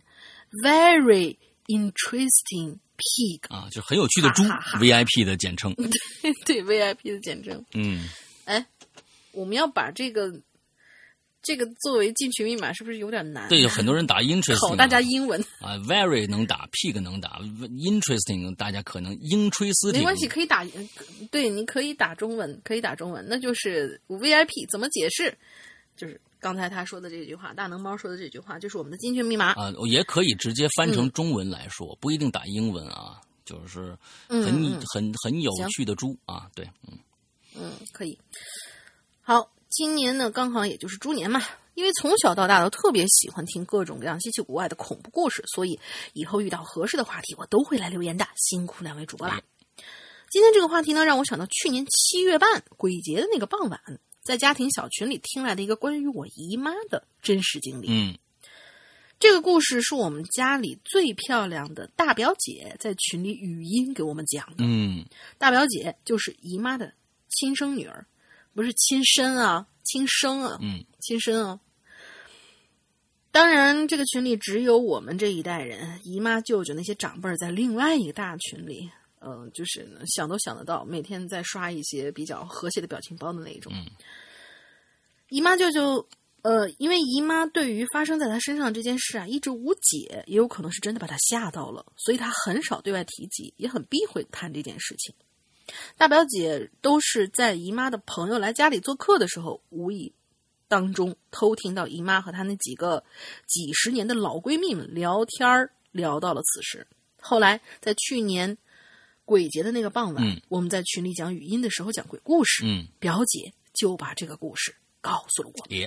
，Very interesting pig 啊，就很有趣的猪哈哈哈 ，V I P 的简称。 对对 ，V I P 的简称。 嗯， 哎，我们要把这个这个作为进群密码，是不是有点难？ 对，有很多人打 interesting， 考大家英文啊 ，very 能打 ，pig 能打 ，interesting 大家可能英吹斯挺。 没关系，可以打，对，你可以打中文，可以打中文，那就是 V I P 怎么解释？就是刚才他说的这句话，大能猫说的这句话，就是我们的进群密码啊，也可以直接翻成中文来说，嗯、不一定打英文啊，就是很、 嗯、 很很有趣的猪啊，对，嗯嗯，可以。好，今年呢刚好也就是猪年嘛，因为从小到大都特别喜欢听各种各样稀奇古怪的恐怖故事，所以以后遇到合适的话题，我都会来留言的。辛苦两位主播啦！嗯、今天这个话题呢，让我想到去年七月半鬼节的那个傍晚。在家庭小群里听来的一个关于我姨妈的真实经历。 嗯， 这个故事是我们家里最漂亮的大表姐在群里语音给我们讲的。 嗯， 大表姐就是姨妈的亲生女儿，不是亲生啊，亲生啊， 嗯， 亲生啊。当然，这个群里只有我们这一代人，姨妈、舅舅那些长辈在另外一个大群里。呃，就是想都想得到，每天在刷一些比较和谐的表情包的那种。 嗯、 姨妈舅舅，呃，因为姨妈对于发生在她身上这件事啊一直无解，也有可能是真的把她吓到了，所以她很少对外提及，也很避讳谈这件事情。大表姐都是在姨妈的朋友来家里做客的时候，无意当中偷听到姨妈和她那几个几十年的老闺蜜们聊天，聊到了此事。后来在去年鬼节的那个傍晚、 嗯、 我们在群里讲语音的时候讲鬼故事、 嗯、 表姐就把这个故事告诉了我们、 yeah.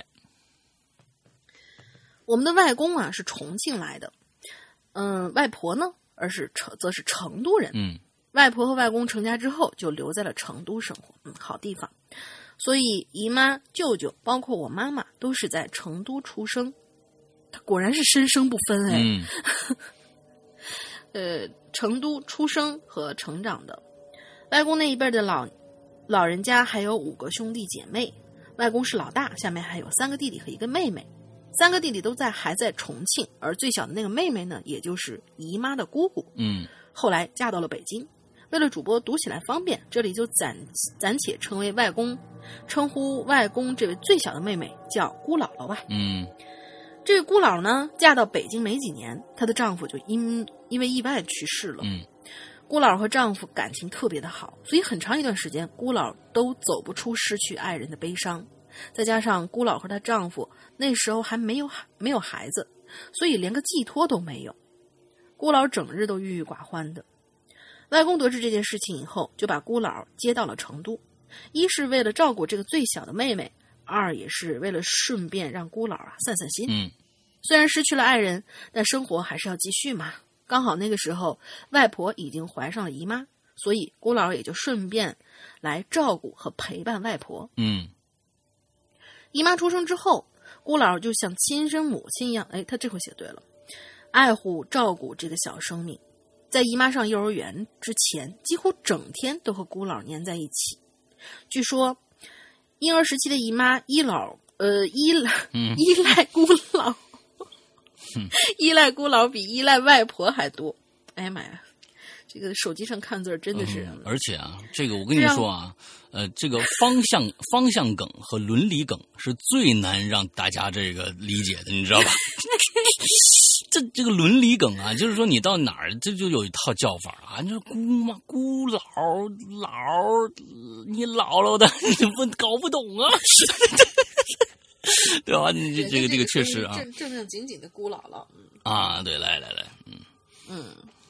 我们的外公啊是重庆来的，嗯，外婆呢而是则是成都人、 嗯、 外婆和外公成家之后就留在了成都生活，嗯，好地方，所以姨妈舅舅包括我妈妈都是在成都出生，他果然是生生不分哎、 嗯呃，成都出生和成长的。外公那一辈的老老人家还有五个兄弟姐妹，外公是老大，下面还有三个弟弟和一个妹妹，三个弟弟都在还在重庆，而最小的那个妹妹呢，也就是姨妈的姑姑， 嗯， 后来嫁到了北京。为了主播读起来方便，这里就暂暂且称为外公，称呼外公这位最小的妹妹叫姑姥姥吧。 嗯。 这个姑姥呢，嫁到北京没几年，她的丈夫就因因为意外去世了。 嗯， 姑姥和丈夫感情特别的好，所以很长一段时间，姑姥都走不出失去爱人的悲伤。再加上姑姥和她丈夫那时候还没有没有孩子，所以连个寄托都没有。姑姥整日都郁郁寡欢的。外公得知这件事情以后，就把姑姥接到了成都，一是为了照顾这个最小的妹妹，二也是为了顺便让姑姥啊散散心。 嗯， 虽然失去了爱人，但生活还是要继续嘛。刚好那个时候，外婆已经怀上了姨妈，所以姑姥也就顺便来照顾和陪伴外婆。 嗯， 姨妈出生之后，姑姥就像亲生母亲一样，哎，她这回写对了，爱护照顾这个小生命。在姨妈上幼儿园之前，几乎整天都和姑姥黏在一起。据说，婴儿时期的姨妈依老呃依赖、嗯、依赖姑姥， 依赖姑姥比依赖外婆还多。哎呀妈呀！这个手机上看字真的是、 嗯，而且啊，这个我跟你说啊，呃，这个方向方向梗和伦理梗是最难让大家这个理解的，你知道吧？这这个伦理梗啊，就是说你到哪儿这就有一套叫法啊，你说姑妈、姑姥、姥，你姥姥的，你不搞不懂啊，对吧？你这这个这个确实啊， 正正正经经的姑姥姥，嗯啊，对，来来来，嗯嗯。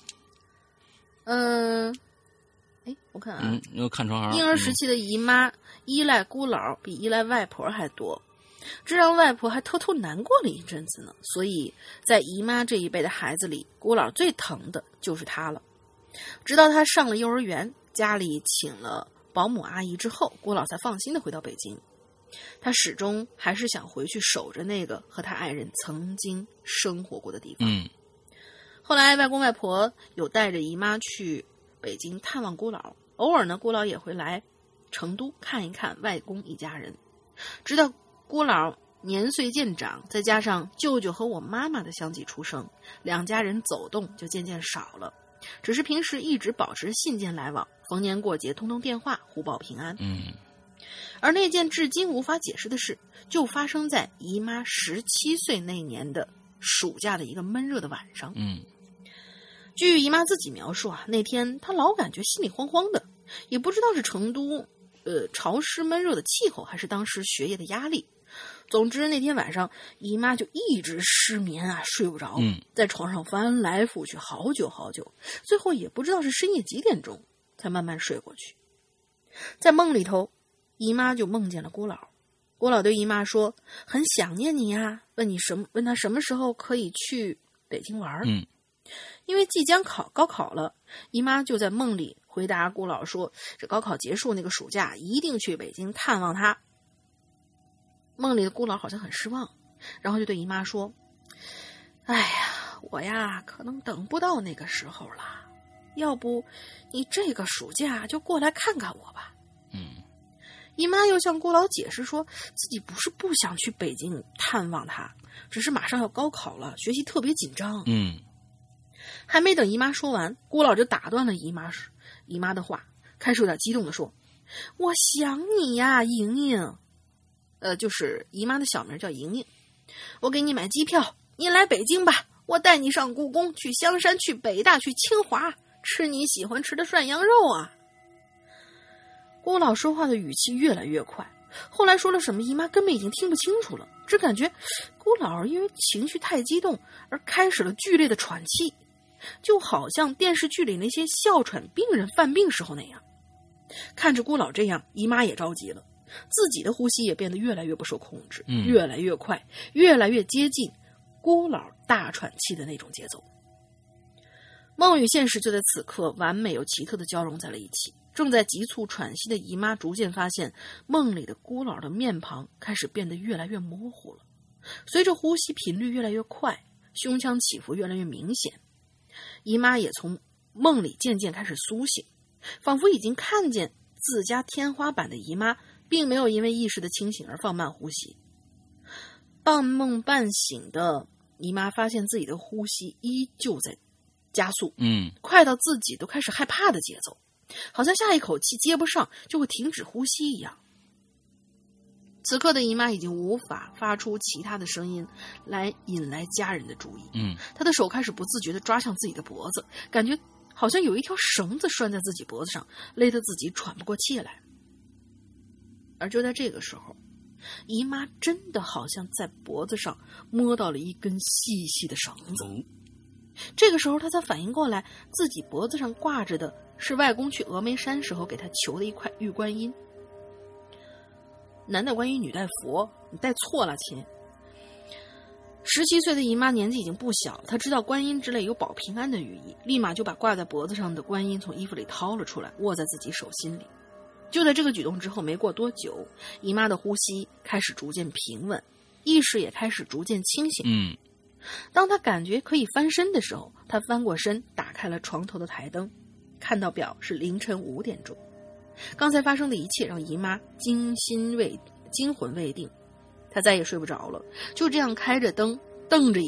嗯，哎，我看啊， 嗯，又看窗婴儿时期的姨妈依赖姑姥比依赖外婆还多，这让外婆还偷偷难过了一阵子呢。所以在姨妈这一辈的孩子里，姑姥最疼的就是她了。直到她上了幼儿园，家里请了保姆阿姨之后，姑姥才放心的回到北京。她始终还是想回去守着那个和她爱人曾经生活过的地方。 嗯。 后来外公外婆有带着姨妈去北京探望姑姥，偶尔呢姑姥也会来成都看一看外公一家人。直到姑姥年岁渐长，再加上舅舅和我妈妈的相继出生，两家人走动就渐渐少了，只是平时一直保持信件来往，逢年过节通通电话，互报平安。 嗯。 而那件至今无法解释的事，就发生在姨妈十七岁那年的暑假的一个闷热的晚上。 嗯。 据姨妈自己描述啊，那天她老感觉心里慌慌的，也不知道是成都呃潮湿闷热的气候，还是当时学业的压力。总之那天晚上，姨妈就一直失眠啊，睡不着， 嗯， 在床上翻来覆去好久好久，最后也不知道是深夜几点钟才慢慢睡过去。在梦里头，姨妈就梦见了姑姥，姑姥对姨妈说很想念你呀，问你什么问她什么时候可以去北京玩。 嗯。 因为即将考高考了，姨妈就在梦里回答姑姥说，这高考结束那个暑假一定去北京探望她。梦里的姑姥好像很失望，然后就对姨妈说，哎呀，我呀可能等不到那个时候了，要不你这个暑假就过来看看我吧。 嗯， 姨妈又向姑姥解释说，自己不是不想去北京探望她，只是马上要高考了，学习特别紧张。 嗯。 还没等姨妈说完，姑姥就打断了姨妈姨妈的话，开始有点激动地说，我想你呀，莹莹。呃，就是姨妈的小名叫莹莹。我给你买机票，你来北京吧，我带你上故宫，去香山，去北大，去清华，吃你喜欢吃的涮羊肉啊。姑姥说话的语气越来越快，后来说了什么姨妈根本已经听不清楚了，只感觉姑姥因为情绪太激动而开始了剧烈的喘气，就好像电视剧里那些哮喘病人犯病时候那样。看着姑姥这样，姨妈也着急了，自己的呼吸也变得越来越不受控制， 嗯、 越来越快，越来越接近姑姥大喘气的那种节奏。梦与现实就在此刻完美又奇特的交融在了一起。正在急促喘息的姨妈逐渐发现，梦里的姑姥的面庞开始变得越来越模糊了，随着呼吸频率越来越快，胸腔起伏越来越明显。姨妈也从梦里渐渐开始苏醒，仿佛已经看见自家天花板的姨妈并没有因为意识的清醒而放慢呼吸。半梦半醒的姨妈发现自己的呼吸依旧在加速， 嗯， 快到自己都开始害怕的节奏，好像下一口气接不上就会停止呼吸一样。此刻的姨妈已经无法发出其他的声音来引来家人的注意， 嗯， 她的手开始不自觉地抓向自己的脖子，感觉好像有一条绳子拴在自己脖子上，勒得自己喘不过气来。而就在这个时候，姨妈真的好像在脖子上摸到了一根细细的绳子。 哦， 这个时候她才反应过来，自己脖子上挂着的是外公去峨眉山时候给她求的一块玉观音。男戴观音，女戴佛，你戴错了亲。十七岁的姨妈年纪已经不小，她知道观音之类有保平安的寓意，立马就把挂在脖子上的观音从衣服里掏了出来，握在自己手心里。就在这个举动之后，没过多久，姨妈的呼吸开始逐渐平稳，意识也开始逐渐清醒。 嗯， 当她感觉可以翻身的时候，她翻过身，打开了床头的台灯，看到表是凌晨五点钟。刚才发生的一切让姨妈惊心未惊魂未定，她再也睡不着了，就这样开着灯，瞪着眼，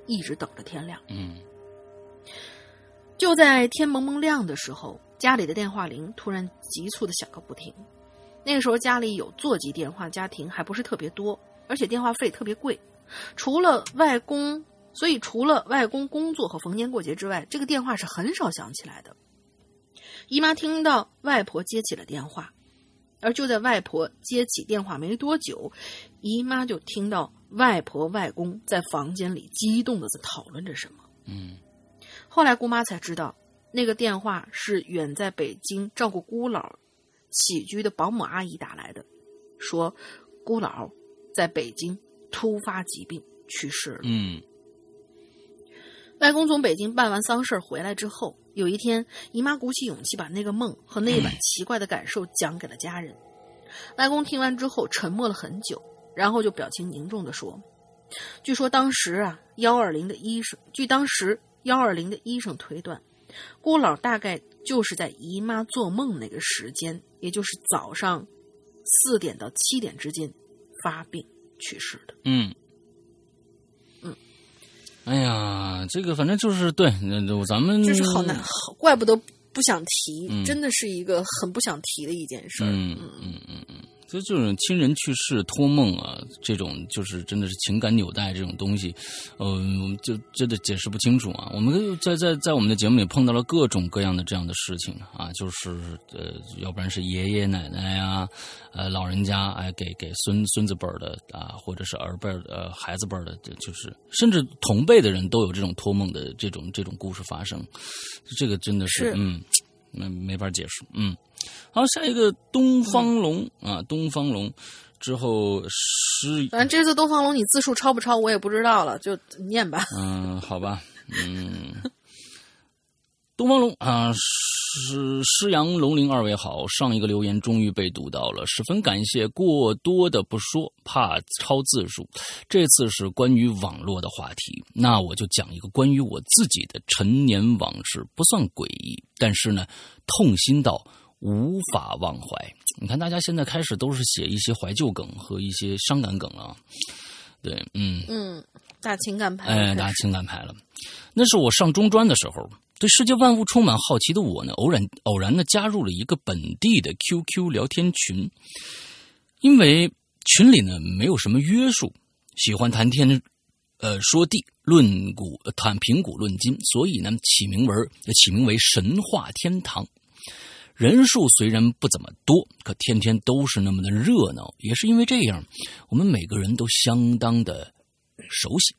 一直等着天亮。 嗯， 就在天蒙蒙亮的时候，家里的电话铃突然急促的响个不停。那个时候家里有座机电话家庭还不是特别多，而且电话费特别贵。除了外公，所以除了外公工作和逢年过节之外，这个电话是很少响起来的。姨妈听到外婆接起了电话，而就在外婆接起电话没多久，姨妈就听到外婆外公在房间里激动的在讨论着什么。 嗯， 后来姑妈才知道，那个电话是远在北京照顾姑姥起居的保姆阿姨打来的，说姑姥在北京突发疾病去世了。 嗯， 外公从北京办完丧事回来之后，有一天姨妈鼓起勇气把那个梦和那晚奇怪的感受讲给了家人。外公听完之后沉默了很久，然后就表情凝重地说，据说当时啊一二零的医生据当时一二零的医生推断，姑姥大概就是在姨妈做梦那个时间，也就是早上四点到七点之间发病去世的。 嗯嗯， 哎呀，这个反正就是对，咱们就是好难，好，怪不得不想提， 嗯、 真的是一个很不想提的一件事儿。 嗯嗯嗯嗯，就这种亲人去世、托梦啊，这种就是真的是情感纽带这种东西，嗯、呃，就真的解释不清楚啊。我们在在在我们的节目里碰到了各种各样的这样的事情啊，就是呃，要不然是爷爷奶奶呀、啊，呃，老人家哎、呃、给给孙孙子辈的啊，或者是儿辈的、呃、孩子辈的，就是甚至同辈的人都有这种托梦的这种这种故事发生，这个真的是, 是嗯。那没法解释，嗯，好，下一个东方龙、嗯、啊，东方龙之后诗， 反正这次东方龙你字数超不超我也不知道了，就念吧。 嗯，好吧，嗯，东方龙啊，诗诗阳龙鳞二位好，上一个留言终于被读到了，十分感谢，过多的不说，怕超字数。这次是关于网络的话题，那我就讲一个关于我自己的陈年往事，不算诡异，但是呢，痛心到无法忘怀。你看，大家现在开始都是写一些怀旧梗和一些伤感梗了，对，嗯嗯，大情感牌， 哎，大情感牌了。那是我上中专的时候。对世界万物充满好奇的我呢，偶然偶然的加入了一个本地的 Q Q 聊天群，因为群里呢没有什么约束，喜欢谈天，呃说地，论古谈评古论今，所以呢起名为起名为神话天堂。人数虽然不怎么多，可天天都是那么的热闹，也是因为这样，我们每个人都相当的熟悉。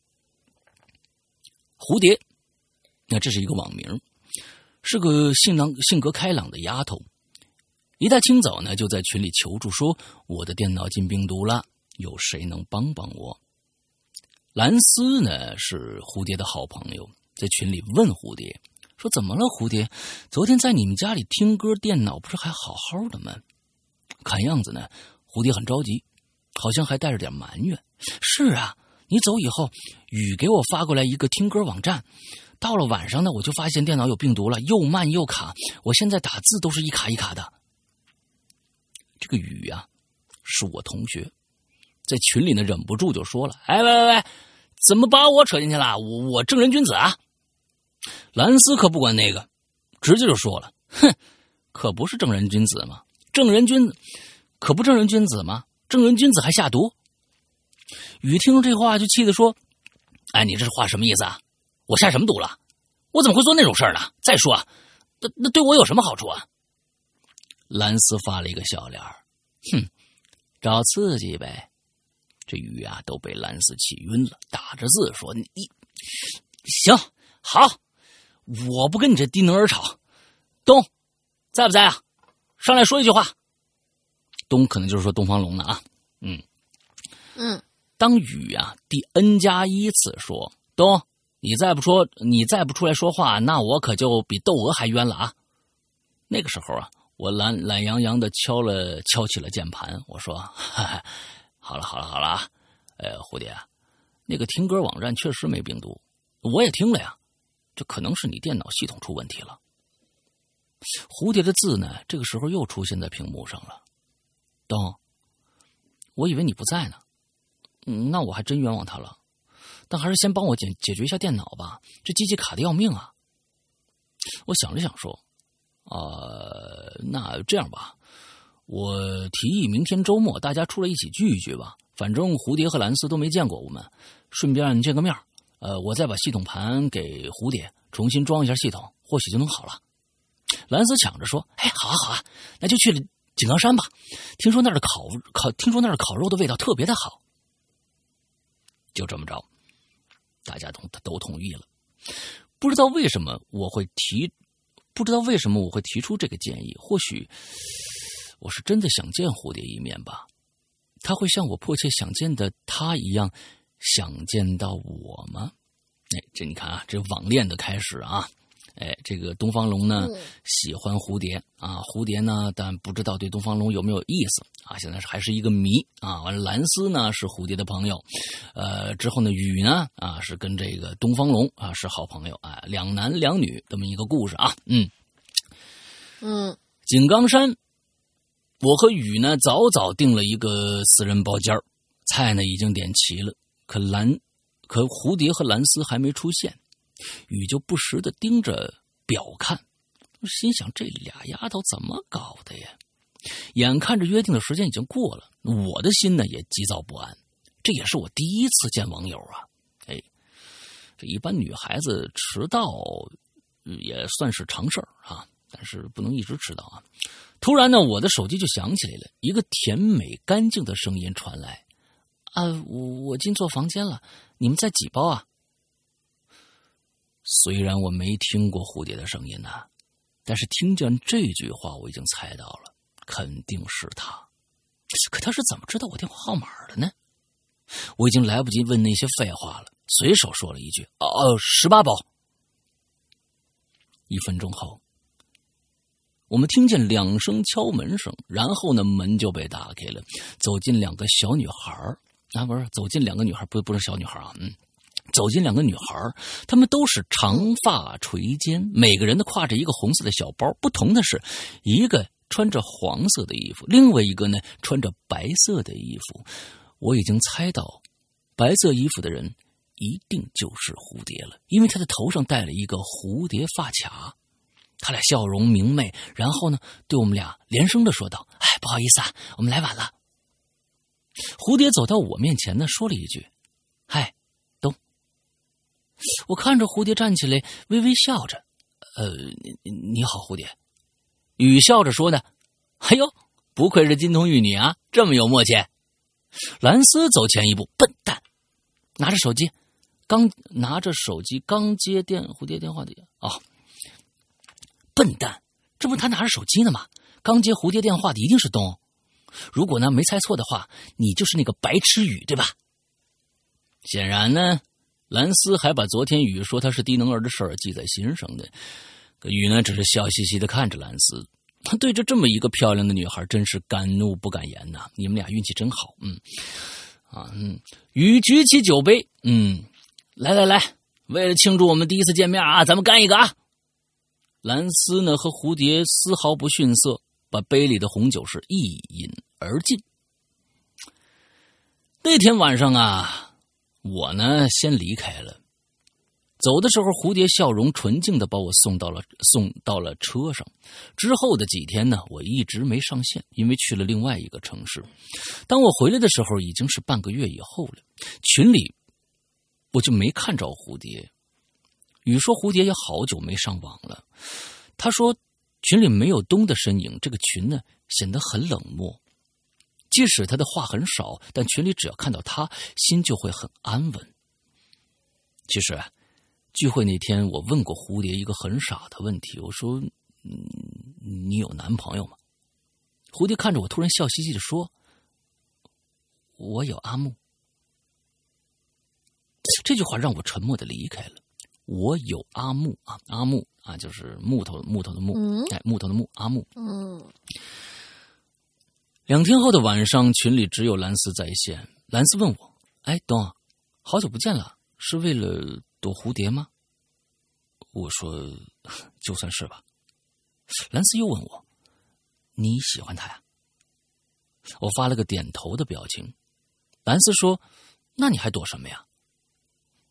蝴蝶。那这是一个网名，是个性朗性格开朗的丫头。一大清早呢，就在群里求助说：“我的电脑进病毒了，有谁能帮帮我？”蓝斯呢是蝴蝶的好朋友，在群里问蝴蝶说：“怎么了，蝴蝶？昨天在你们家里听歌，电脑不是还好好的吗？”看样子呢，蝴蝶很着急，好像还带着点埋怨。是啊，你走以后，雨给我发过来一个听歌网站。到了晚上呢，我就发现电脑有病毒了，又慢又卡，我现在打字都是一卡一卡的。这个雨啊，是我同学，在群里呢忍不住就说了：“哎，喂喂喂，怎么把我扯进去了？我我正人君子啊！”兰斯可不管那个，直接就说了：“哼，可不是正人君子吗？正人君子可不正人君子吗？正人君子还下毒。”雨听了这话就气得说：“哎，你这话什么意思啊？我下什么毒了？我怎么会做那种事儿呢？再说啊，那那对我有什么好处啊？”兰斯发了一个笑脸，哼，找刺激呗。这鱼啊都被兰斯气晕了，打着字说：“你行好，我不跟你这低能儿吵。东在不在啊？上来说一句话。”东可能就是说东方龙了啊，嗯嗯。 当雨啊第 n 加一次说：“东，你再不说，你再不出来说话，那我可就比窦娥还冤了啊！”那个时候啊，我懒懒洋洋的敲了敲起了键盘，我说：“哈哈，好了好了好了啊，呃，蝴蝶啊，那个听歌网站确实没病毒，我也听了呀，这可能是你电脑系统出问题了。”蝴蝶的字呢，这个时候又出现在屏幕上了。东，我以为你不在呢。嗯，那我还真冤枉他了。 但还是先帮我解解决一下电脑吧，这机器卡的要命啊。我想了想说，呃，那这样吧，我提议明天周末大家出来一起聚一聚吧，反正蝴蝶和蓝丝都没见过我们，顺便见个面。呃，我再把系统盘给蝴蝶重新装一下系统，或许就能好了。蓝丝抢着说：“哎，好啊好啊，那就去井冈山吧。听说那儿的烤烤，听说那儿烤肉的味道特别的好。”就这么着，大家都都同意了。不知道为什么我会提，不知道为什么我会提出这个建议。或许我是真的想见蝴蝶一面吧，他会像我迫切想见的他一样。想见到我吗？哎，这你看啊，这网恋的开始啊！哎，这个东方龙呢、嗯、喜欢蝴蝶啊，蝴蝶呢，但不知道对东方龙有没有意思啊，现在还是一个谜啊。完了，蓝丝呢是蝴蝶的朋友，呃，之后呢，雨呢啊是跟这个东方龙啊是好朋友啊，两男两女这么一个故事啊，嗯嗯， 井冈山，我和雨呢早早订了一个私人包间，菜呢已经点齐了。可蓝，可蝴蝶和蓝丝还没出现，雨就不时地盯着表看，心想这俩丫头怎么搞的呀？眼看着约定的时间已经过了，我的心呢也急躁不安。这也是我第一次见网友啊！哎，这一般女孩子迟到也算是常事儿啊，但是不能一直迟到啊。突然呢，我的手机就响起来了，一个甜美干净的声音传来。啊，我我进错房间了，你们在几包啊？虽然我没听过蝴蝶的声音呢、啊，但是听见这句话，我已经猜到了，肯定是他。可他是怎么知道我电话号码的呢？我已经来不及问那些废话了，随手说了一句：“哦，十八包。”一分钟后，我们听见两声敲门声，然后呢，门就被打开了，走进两个小女孩儿。啊，不是走进两个女孩，不不是小女孩啊，嗯，走进两个女孩，她们都是长发垂肩，每个人都挎着一个红色的小包。不同的是，一个穿着黄色的衣服，另外一个呢穿着白色的衣服。我已经猜到，白色衣服的人一定就是蝴蝶了，因为她的头上戴了一个蝴蝶发卡。他俩笑容明媚，然后呢，对我们俩连声的说道：“哎，不好意思啊，我们来晚了。”蝴蝶走到我面前呢，说了一句：“嗨，东。”我看着蝴蝶站起来，微微笑着：“呃，你你好，蝴蝶。”雨笑着说的：“哎呦，不愧是金童玉女啊，这么有默契。”蓝丝走前一步：“笨蛋！”拿着手机，刚拿着手机刚接电蝴蝶电话的哦，笨蛋！这不他拿着手机呢吗？刚接蝴蝶电话的一定是东。如果呢没猜错的话，你就是那个白痴雨，对吧？显然呢，蓝丝还把昨天雨说他是低能儿的事儿记在心上的。可雨呢，只是笑嘻嘻的看着蓝丝，他对着这么一个漂亮的女孩，真是敢怒不敢言呐！你们俩运气真好，嗯，啊，嗯，雨举起酒杯，嗯，来来来，为了庆祝我们第一次见面啊，咱们干一个啊！蓝丝呢和蝴蝶丝毫不逊色。把杯里的红酒是一饮而尽。那天晚上啊，我呢先离开了。走的时候，蝴蝶笑容纯净的把我送到了送到了车上。之后的几天呢，我一直没上线，因为去了另外一个城市。当我回来的时候，已经是半个月以后了。群里我就没看着蝴蝶。雨说蝴蝶也好久没上网了。他说群里没有东的身影，这个群呢显得很冷漠。即使他的话很少，但群里只要看到他，心就会很安稳。其实聚会那天，我问过蝴蝶一个很傻的问题，我说：“嗯，你有男朋友吗？”蝴蝶看着我，突然笑嘻嘻地说：“我有阿木。”这句话让我沉默地离开了。我有阿木啊，阿木啊，就是木头木头的木，嗯、哎，木头的木，阿木。嗯。两天后的晚上，群里只有蓝丝在线。蓝丝问我：“哎，东啊，好久不见了，是为了躲蝴蝶吗？”我说：“就算是吧。”蓝丝又问我：“你喜欢他呀？”我发了个点头的表情。蓝丝说：“那你还躲什么呀？”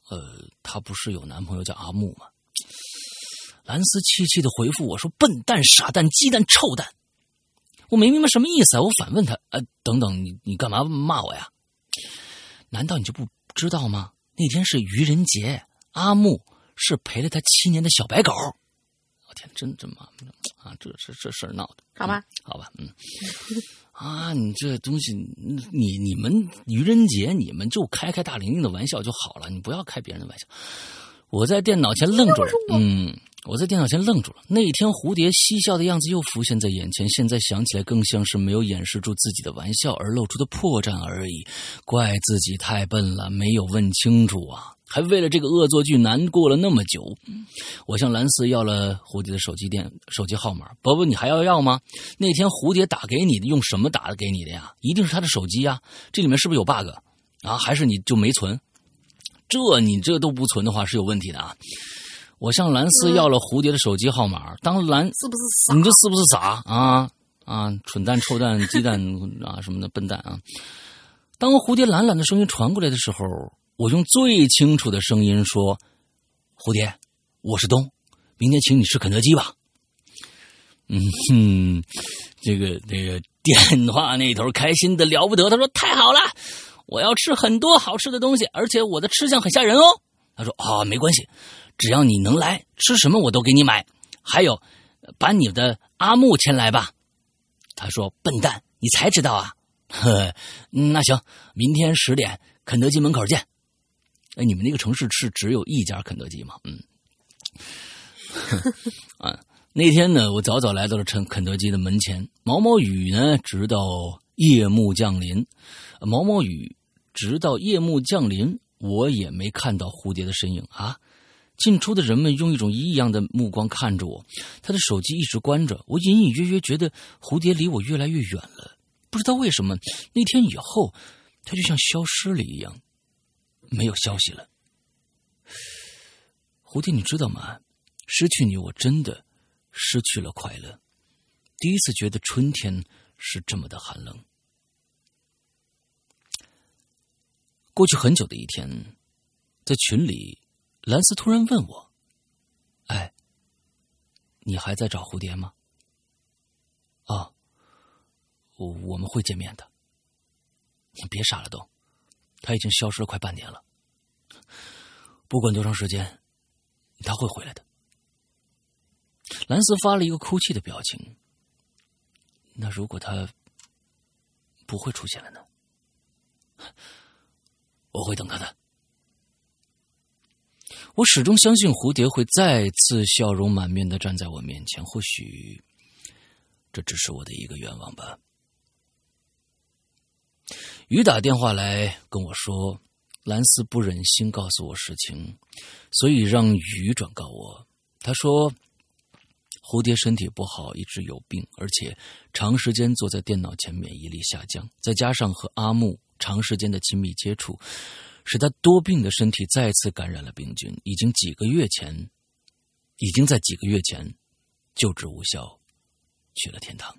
呃，她不是有男朋友叫阿木吗？兰斯气气的回复我说：“笨蛋、傻蛋、鸡蛋、臭蛋。”我没明白什么意思啊！我反问他：“呃，等等，你你干嘛骂我呀？难道你就不知道吗？那天是愚人节，阿木是陪了他七年的小白狗。”我天，真真妈啊！这这这事儿闹的， 好吧、 嗯，好吧，嗯，啊，你这东西，你你们愚人节你们就开开大玲玲的玩笑就好了，你不要开别人的玩笑。我在电脑前愣住了，嗯。我在电脑前愣住了，那一天蝴蝶嬉笑的样子又浮现在眼前，现在想起来更像是没有掩饰住自己的玩笑而露出的破绽而已，怪自己太笨了，没有问清楚啊，还为了这个恶作剧难过了那么久。我向兰斯要了蝴蝶的手机电手机号码，伯伯你还要要吗？那天蝴蝶打给你的用什么打给你的呀？一定是他的手机呀，这里面是不是有 bug 啊？还是你就没存？这你这都不存的话是有问题的啊。我向兰斯要了蝴蝶的手机号码，当兰是不是傻？ 你这是不是傻啊啊？蠢蛋、臭蛋、鸡蛋啊什么的，笨蛋啊！当蝴蝶懒懒的声音传过来的时候，我用最清楚的声音说：“蝴蝶，我是东，明天请你吃肯德基吧。”嗯哼，这个这个电话那头开心的了不得，他说：“太好了，我要吃很多好吃的东西，而且我的吃相很吓人哦。”他说：“啊，没关系。”只要你能来，吃什么我都给你买。还有，把你的阿木牵来吧。他说：“笨蛋，你才知道啊。”呵，那行，明天十点，肯德基门口见。哎，你们那个城市是只有一家肯德基吗？嗯。啊，那天呢，我早早来到了肯肯德基的门前。毛毛雨呢，直到夜幕降临。毛毛雨直到夜幕降临，我也没看到蝴蝶的身影啊。进出的人们用一种异样的目光看着我，他的手机一直关着，我隐隐约约觉得蝴蝶离我越来越远了。不知道为什么，那天以后，他就像消失了一样，没有消息了。蝴蝶，你知道吗？失去你，我真的失去了快乐。第一次觉得春天是这么的寒冷。过去很久的一天，在群里。兰斯突然问我：“哎，你还在找蝴蝶吗？”啊，我我们会见面的。你别傻了，都，他已经消失了快半年了。不管多长时间，他会回来的。兰斯发了一个哭泣的表情。那如果他不会出现了呢？我会等他的。我始终相信蝴蝶会再次笑容满面地站在我面前，或许这只是我的一个愿望吧。雨打电话来跟我说，兰斯不忍心告诉我实情，所以让雨转告我。他说蝴蝶身体不好，一直有病，而且长时间坐在电脑前免疫力下降，再加上和阿木长时间的亲密接触，使他多病的身体再次感染了病菌，已经几个月前，已经在几个月前救治无效，去了天堂。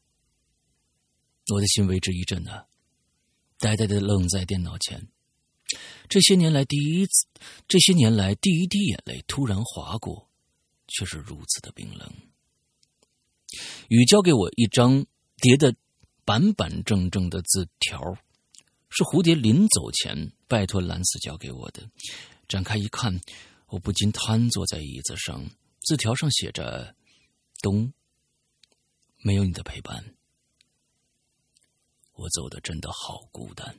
我的心为之一震啊，呆呆地愣在电脑前。这些年来第一次，这些年来第一滴眼泪突然划过，却是如此的冰冷。雨交给我一张叠得板板正正的字条，是蝴蝶临走前拜托兰斯交给我的。展开一看，我不禁瘫坐在椅子上。字条上写着：“东，没有你的陪伴，我走得真的好孤单。”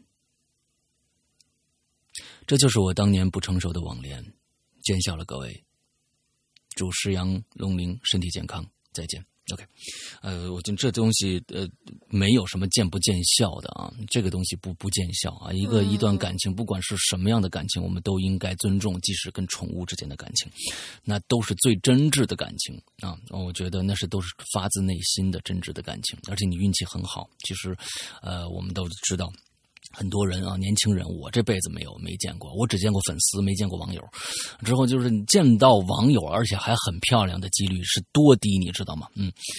这就是我当年不成熟的网恋。见笑了各位，祝石阳龙鳞身体健康，再见。OK， 呃，我觉得这东西呃没有什么见不见效的啊，这个东西不不见效啊。一个、嗯、一段感情，不管是什么样的感情，我们都应该尊重，即使跟宠物之间的感情，那都是最真挚的感情啊。我觉得那是都是发自内心的真挚的感情，而且你运气很好。其实，呃，我们都知道。很多人啊，年轻人，我这辈子没有没见过，我只见过粉丝，没见过网友。之后就是你见到网友，而且还很漂亮的几率是多低，你知道吗？嗯，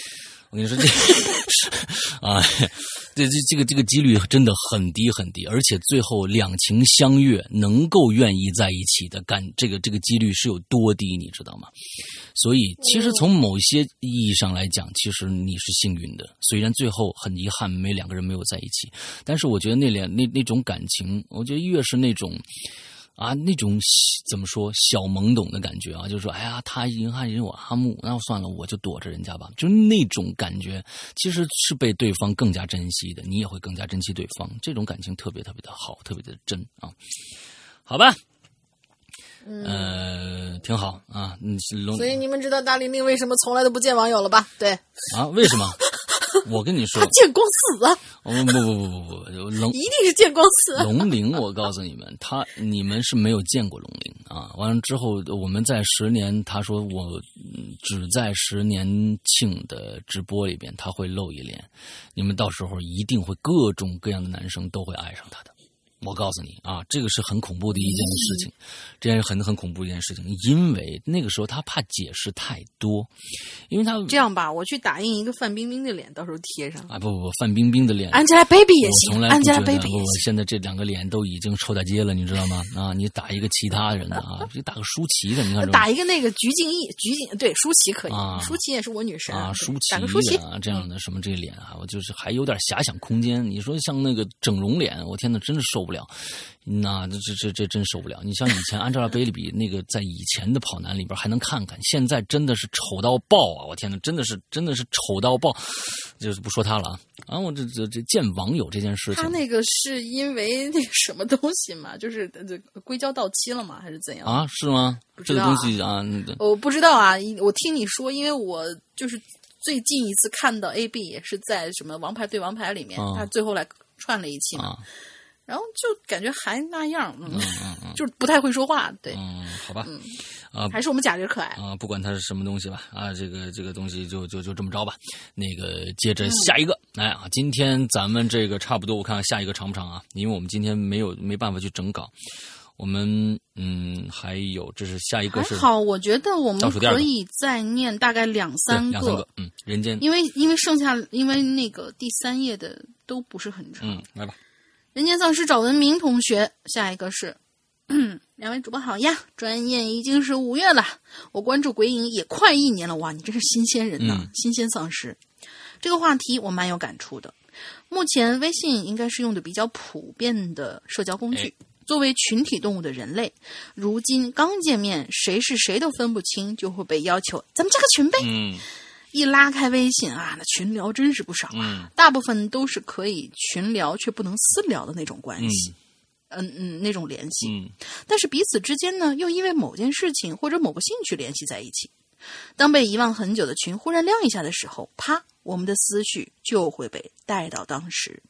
我跟你说这啊，这这这个这个几率真的很低很低，而且最后两情相悦，能够愿意在一起的感，这个这个几率是有多低，你知道吗？所以其实从某些意义上来讲，其实你是幸运的，虽然最后很遗憾没两个人没有在一起，但是我觉得那两那那种感情，我觉得越是那种。啊，那种怎么说小懵懂的感觉啊，就是说，哎呀，他银汉人我阿木，那算了，我就躲着人家吧，就是那种感觉，其实是被对方更加珍惜的，你也会更加珍惜对方，这种感情特别特别的好，特别的真啊，好吧，嗯、呃，挺好啊，嗯， 所以你们知道大玲玲为什么从来都不见网友了吧？对啊，为什么？我跟你说， 他见光死啊！ 哦不不不不不，龙一定是见光死。 龙鳞，我告诉你们，他你们是没有见过龙鳞啊！完了之后，我们在十年，他说我只在十年庆的直播里边，他会露一脸，你们到时候一定会各种各样的男生都会爱上他的。我告诉你啊，这个是很恐怖的一件事情，这是很很恐怖的一件事情，因为那个时候他怕解释太多，因为他这样吧，我去打印一个范冰冰的脸，到时候贴上。 啊不不不，范冰冰的脸 ，Angelababy 也行， 我从来不觉得 Angelababy 也行。 现在这两个脸都已经臭大街了，你知道吗？啊，你打一个其他人的啊，你打个舒淇的，你看打一个那个鞠婧祎，鞠婧对舒淇可以， 啊、 舒淇也是我女神啊，舒淇打个舒淇啊这样的什么这脸啊，我就是还有点遐想空间。你说像那个整容脸，我天哪，真是受不了。那这这这这真受不了！你像以前Angelababy那个，在以前的跑男里边还能看看，现在真的是丑到爆啊！我天哪，真的是真的是丑到爆，就是不说他了啊！啊，我这这这见网友这件事情， 他那个是因为那个什么东西嘛，就是这硅胶到期了吗？还是怎样啊？是吗？ 不知道、啊、 这个东西啊， 我不知道啊，我听你说，因为我就是最近一次看到 A B 也是在什么《王牌对王牌》里面，啊、他最后来串了一期嘛。啊然后就感觉还那样，嗯， 嗯嗯嗯就是不太会说话，对， 嗯，好吧， 嗯， 啊， 还是我们贾玲可爱啊，不管它是什么东西吧，啊，这个这个东西就就就这么着吧。那个接着下一个，哎、嗯、啊，今天咱们这个差不多，我看看下一个长不长啊？因为我们今天没有没办法去整稿，我们嗯还有这是下一个是还好，我觉得我们可以再念大概两三个， 两三个，嗯，人间， 因为因为剩下因为那个第三页的都不是很长， 嗯，来吧。 人间丧尸找文明同学，下一个是，两位主播好呀！转眼已经是五月了，我关注鬼影也快一年了，哇，你真是新鲜人呐、啊嗯，新鲜丧尸。这个话题我蛮有感触的。目前微信应该是用的比较普遍的社交工具。 哎、 作为群体动物的人类，如今刚见面，谁是谁都分不清，就会被要求咱们加个群呗。 嗯。 一拉开微信啊，那群聊真是不少啊、 嗯， 大部分都是可以群聊却不能私聊的那种关系，嗯 嗯, 嗯，那种联系、 嗯。 但是彼此之间呢，又因为某件事情或者某个兴趣联系在一起。当被遗忘很久的群忽然亮一下的时候，啪，我们的思绪就会被带到当时。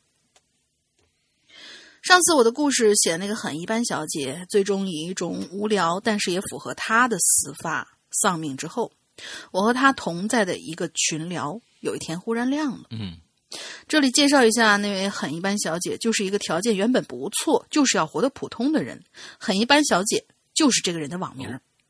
上次我的故事写的那个很一般小姐，最终以一种无聊但是也符合她的死法丧命之后。我和他同在的一个群聊，有一天忽然亮了。 嗯， 这里介绍一下那位很一般小姐，就是一个条件原本不错，就是要活得普通的人。很一般小姐就是这个人的网名。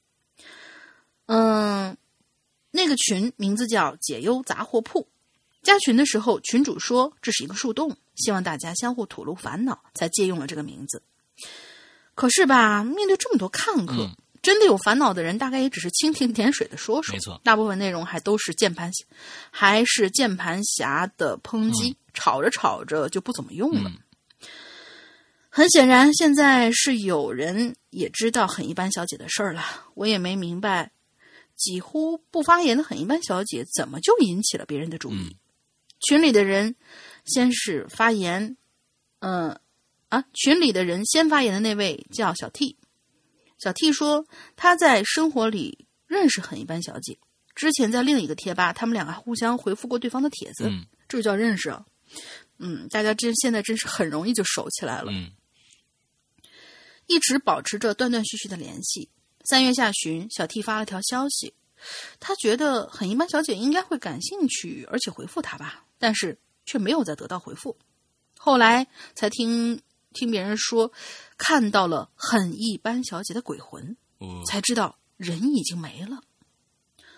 嗯，那个群名字叫解忧杂货铺。加群的时候，群主说这是一个树洞，希望大家相互吐露烦恼，才借用了这个名字。可是吧，面对这么多看客。嗯，真的有烦恼的人，大概也只是蜻蜓点水的说说， 没错。 大部分内容还都是键盘，还是键盘侠的抨击，嗯、吵着吵着就不怎么用了。嗯、很显然，现在是有人也知道很一般小姐的事儿了。我也没明白，几乎不发言的很一般小姐怎么就引起了别人的注意？嗯、群里的人先是发言，嗯、呃、啊，群里的人先发言的那位叫小 T。小 T 说他在生活里认识很一般小姐，之前在另一个贴吧他们两个互相回复过对方的帖子， 嗯、 这就叫认识啊。嗯，大家真现在真是很容易就熟起来了， 嗯、 一直保持着断断续续的联系。三月下旬，小 T 发了条消息，他觉得很一般小姐应该会感兴趣而且回复他吧，但是却没有再得到回复。后来才听听别人说看到了很一般小姐的鬼魂， 哦、 才知道人已经没了。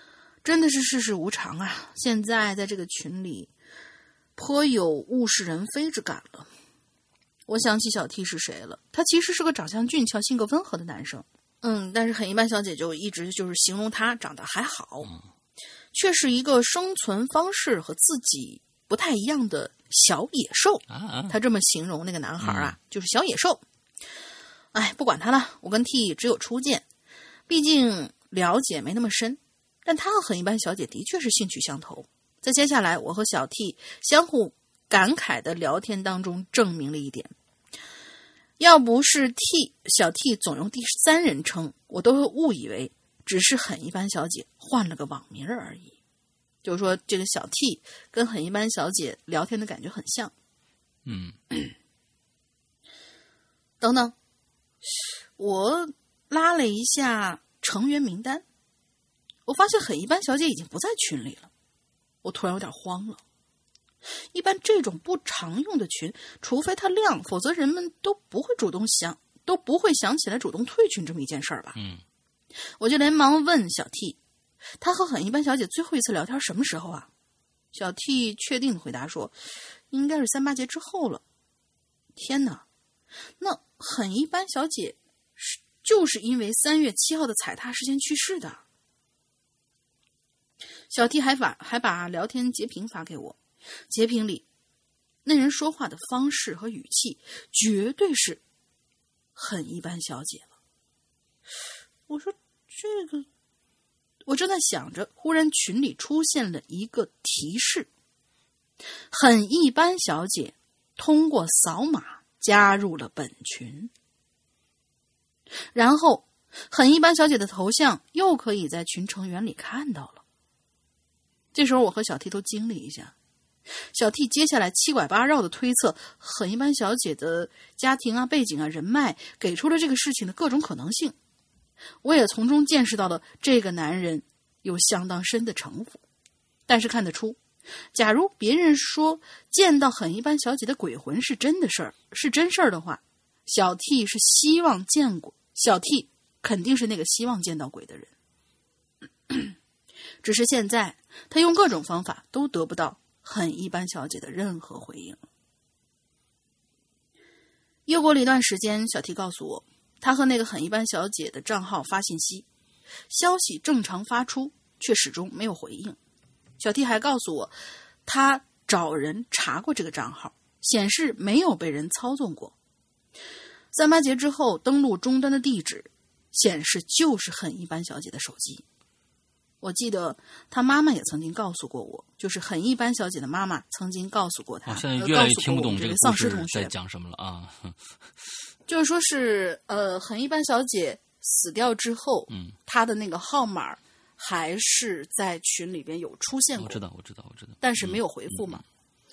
真的是世事无常啊！现在在这个群里，颇有物是人非之感了。我想起小 T 是谁了，他其实是个长相俊俏、性格温和的男生。嗯，但是很一般小姐就一直就是形容他长得还好，却是一个生存方式和自己不太一样的小野兽。他这么形容那个男孩啊，就是小野兽。哎，不管他了，我跟 T 只有初见，毕竟了解没那么深。但他和很一般小姐的确是兴趣相投。在接下来我和小 T 相互感慨的聊天当中证明了一点，要不是 T 小 T 总用第三人称，我都会误以为只是很一般小姐换了个网名而已。就是说这个小 T 跟很一般小姐聊天的感觉很像。 嗯， 等等，我拉了一下成员名单，我发现很一般小姐已经不在群里了。我突然有点慌了。一般这种不常用的群，除非它亮，否则人们都不会主动想，都不会想起来主动退群这么一件事儿吧。 嗯， 我就连忙问小 T， 他和很一般小姐最后一次聊天什么时候啊？小 T 确定的回答说，应该是三八节之后了。天哪，那很一般小姐是就是因为三月七号的踩踏事件去世的。小 T 还把还把聊天截屏发给我，截屏里那人说话的方式和语气绝对是很一般小姐了。我说这个，我正在想着，忽然群里出现了一个提示，很一般小姐通过扫码加入了本群，然后很一般小姐的头像又可以在群成员里看到了。这时候我和小 T 都惊了一下，小 T 接下来七拐八绕的推测很一般小姐的家庭啊、背景啊、人脉，给出了这个事情的各种可能性。我也从中见识到了这个男人有相当深的城府。但是看得出，假如别人说见到很一般小姐的鬼魂是真的事儿，是真事儿的话，小 T 是希望见过，小 T 肯定是那个希望见到鬼的人。只是现在他用各种方法都得不到很一般小姐的任何回应。又过了一段时间，小 T 告诉我，他和那个很一般小姐的账号发信息，消息正常发出，却始终没有回应。小 T 还告诉我，他找人查过这个账号，显示没有被人操纵过。三八节之后登录终端的地址显示就是很一般小姐的手机。我记得他妈妈也曾经告诉过我，就是很一般小姐的妈妈曾经告诉过他， 我现在越来越听不懂这个丧尸同学在讲什么了啊！ 就是说是呃，很一般小姐死掉之后， 嗯， 她的那个号码还是在群里边有出现过， 我知道，我知道，我知道， 但是没有回复嘛。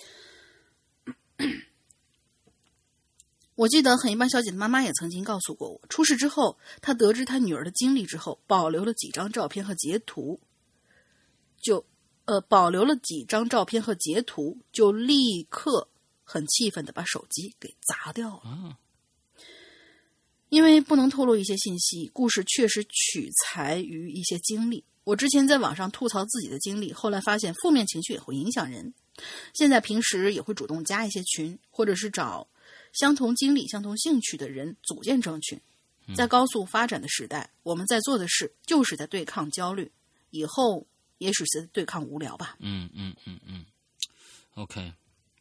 嗯、我记得很一般小姐的妈妈也曾经告诉过我，出事之后，她得知她女儿的经历之后，保留了几张照片和截图，就呃保留了几张照片和截图，就立刻很气愤的把手机给砸掉了。 啊， 因为不能透露一些信息，故事确实取材于一些经历。我之前在网上吐槽自己的经历，后来发现负面情绪也会影响人。现在平时也会主动加一些群，或者是找相同经历、相同兴趣的人组建这种群。在高速发展的时代，我们在做的事就是在对抗焦虑，以后也许是对抗无聊吧。 嗯嗯嗯嗯 ，OK。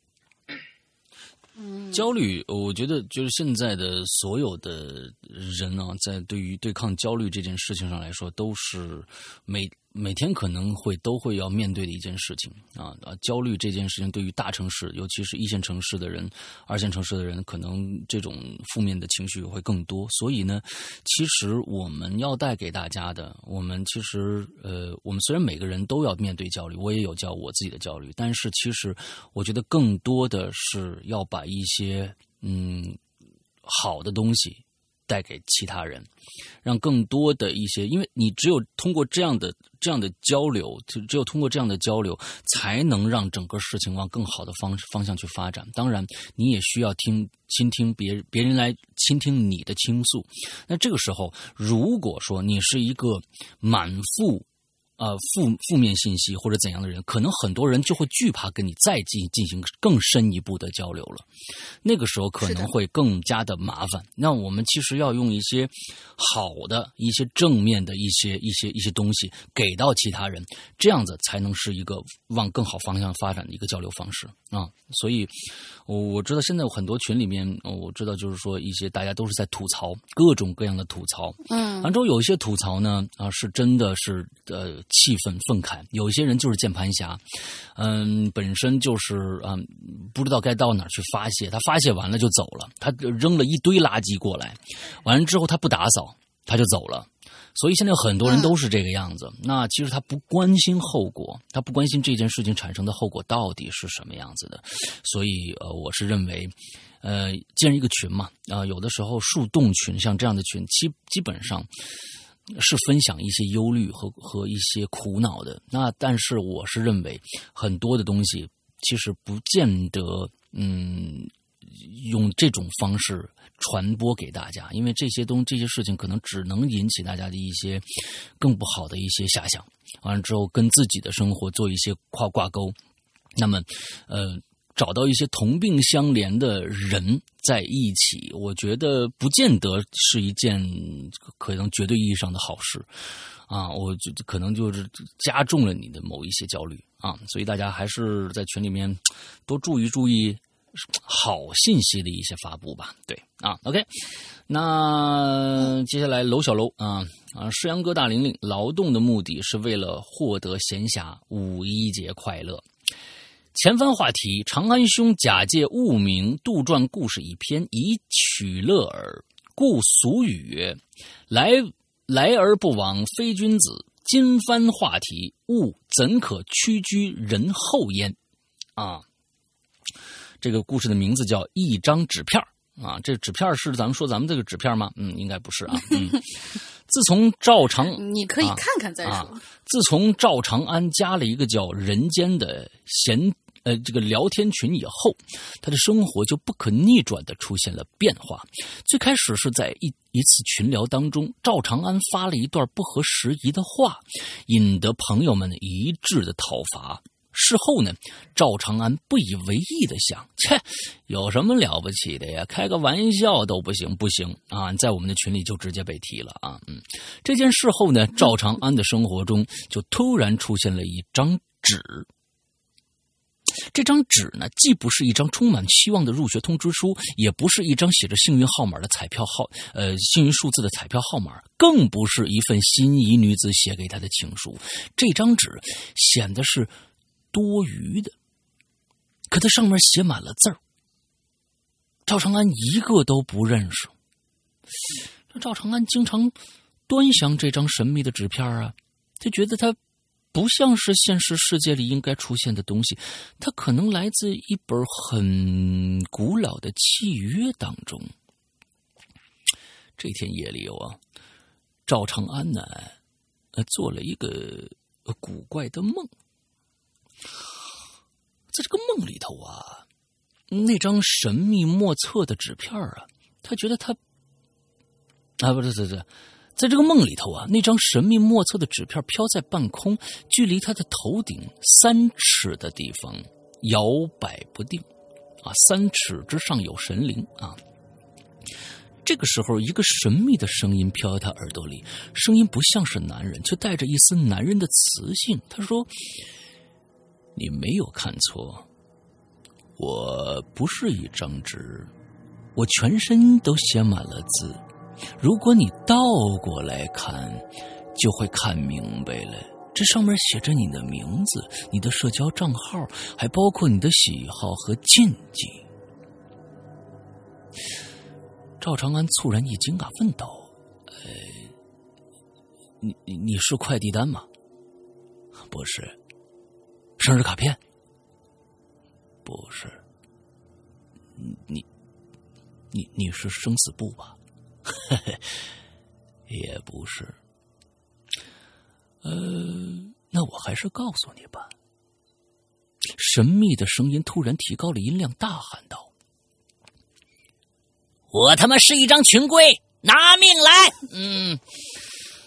焦虑，我觉得就是现在的所有的人呢、啊，在对于对抗焦虑这件事情上来说，都是每每天可能会都会要面对的一件事情啊啊！焦虑这件事情对于大城市，尤其是一线城市的人、二线城市的人，可能这种负面的情绪会更多。所以呢，其实我们要带给大家的，我们其实呃，我们虽然每个人都要面对焦虑，我也有叫我自己的焦虑，但是其实我觉得更多的是要把一些嗯好的东西带给其他人，让更多的一些，因为你只有通过这样的这样的交流，只有通过这样的交流，才能让整个事情往更好的方方向去发展。当然，你也需要听倾听别别人来倾听你的倾诉。那这个时候，如果说你是一个满腹呃，负负面信息或者怎样的人，可能很多人就会惧怕跟你再进进行更深一步的交流了。那个时候可能会更加的麻烦。那我们其实要用一些好的、一些正面的一些一些一些东西给到其他人，这样子才能是一个往更好方向发展的一个交流方式啊。所以，我知道现在有很多群里面，我知道就是说一些大家都是在吐槽各种各样的吐槽。嗯，完之后有一些吐槽呢，啊，是真的是呃。气愤愤慨，有一些人就是键盘侠，嗯，本身就是嗯不知道该到哪儿去发泄，他发泄完了就走了，他扔了一堆垃圾过来，完了之后他不打扫，他就走了。所以现在很多人都是这个样子。嗯、那其实他不关心后果，他不关心这件事情产生的后果到底是什么样子的。所以呃，我是认为，呃，既然一个群嘛，啊、呃，有的时候树洞群像这样的群，基基本上。是分享一些忧虑和和一些苦恼的，那但是我是认为很多的东西其实不见得嗯用这种方式传播给大家，因为这些东这些事情可能只能引起大家的一些更不好的一些遐想，完了之后跟自己的生活做一些跨挂钩，那么呃。找到一些同病相怜的人在一起，我觉得不见得是一件可能绝对意义上的好事啊！我就可能就是加重了你的某一些焦虑啊！所以大家还是在群里面多注意注意好信息的一些发布吧。对啊 ，OK， 那接下来楼小楼啊啊，世阳哥大玲玲，劳动的目的是为了获得闲暇，五一节快乐。前番话题：长安兄假借物名杜撰故事一篇，以取乐耳。故俗语曰：“来来而不往非君子。”今番话题，物怎可屈居人后焉？啊，这个故事的名字叫《一张纸片》啊。这纸片是咱们说咱们这个纸片吗？嗯，应该不是啊。嗯。自从赵长， 你可以看看再说。啊啊、 自从赵长安加了一个叫人间的闲呃这个聊天群以后，他的生活就不可逆转的出现了变化。最开始是在一一次群聊当中，赵长安发了一段不合时宜的话，引得朋友们一致的讨伐。事后呢，赵长安不以为意的想，切，有什么了不起的呀？开个玩笑都不行，不行啊！在我们的群里就直接被踢了啊！嗯，这件事后呢，赵长安的生活中就突然出现了一张纸。这张纸呢，既不是一张充满希望的入学通知书，也不是一张写着幸运号码的彩票号，呃，幸运数字的彩票号码，更不是一份心仪女子写给他的情书。这张纸显得是多余的，可它上面写满了字儿，赵长安一个都不认识。赵长安经常端详这张神秘的纸片啊，他觉得它不像是现实世界里应该出现的东西，它可能来自一本很古老的契约当中。这天夜里啊，赵长安呢，做了一个古怪的梦。在这个梦里头啊，那张神秘莫测的纸片啊，他觉得他啊不是不是，在这个梦里头啊，那张神秘莫测的纸片飘在半空，距离他的头顶三尺的地方摇摆不定啊，三尺之上有神灵啊。这个时候，一个神秘的声音飘在他耳朵里，声音不像是男人，却带着一丝男人的磁性。他说：“你没有看错，我不是一张纸，我全身都写满了字。如果你倒过来看，就会看明白了。这上面写着你的名字、你的社交账号，还包括你的喜好和禁忌。”赵长安猝然一惊啊，问道：“呃，你你是快递单吗？”“不是。”“生日卡片？”“不是。”“你你你是生死簿吧？”“也不是。”“呃，那我还是告诉你吧。”神秘的声音突然提高了音量，大喊道：“我他妈是一张群规，拿命来！”嗯，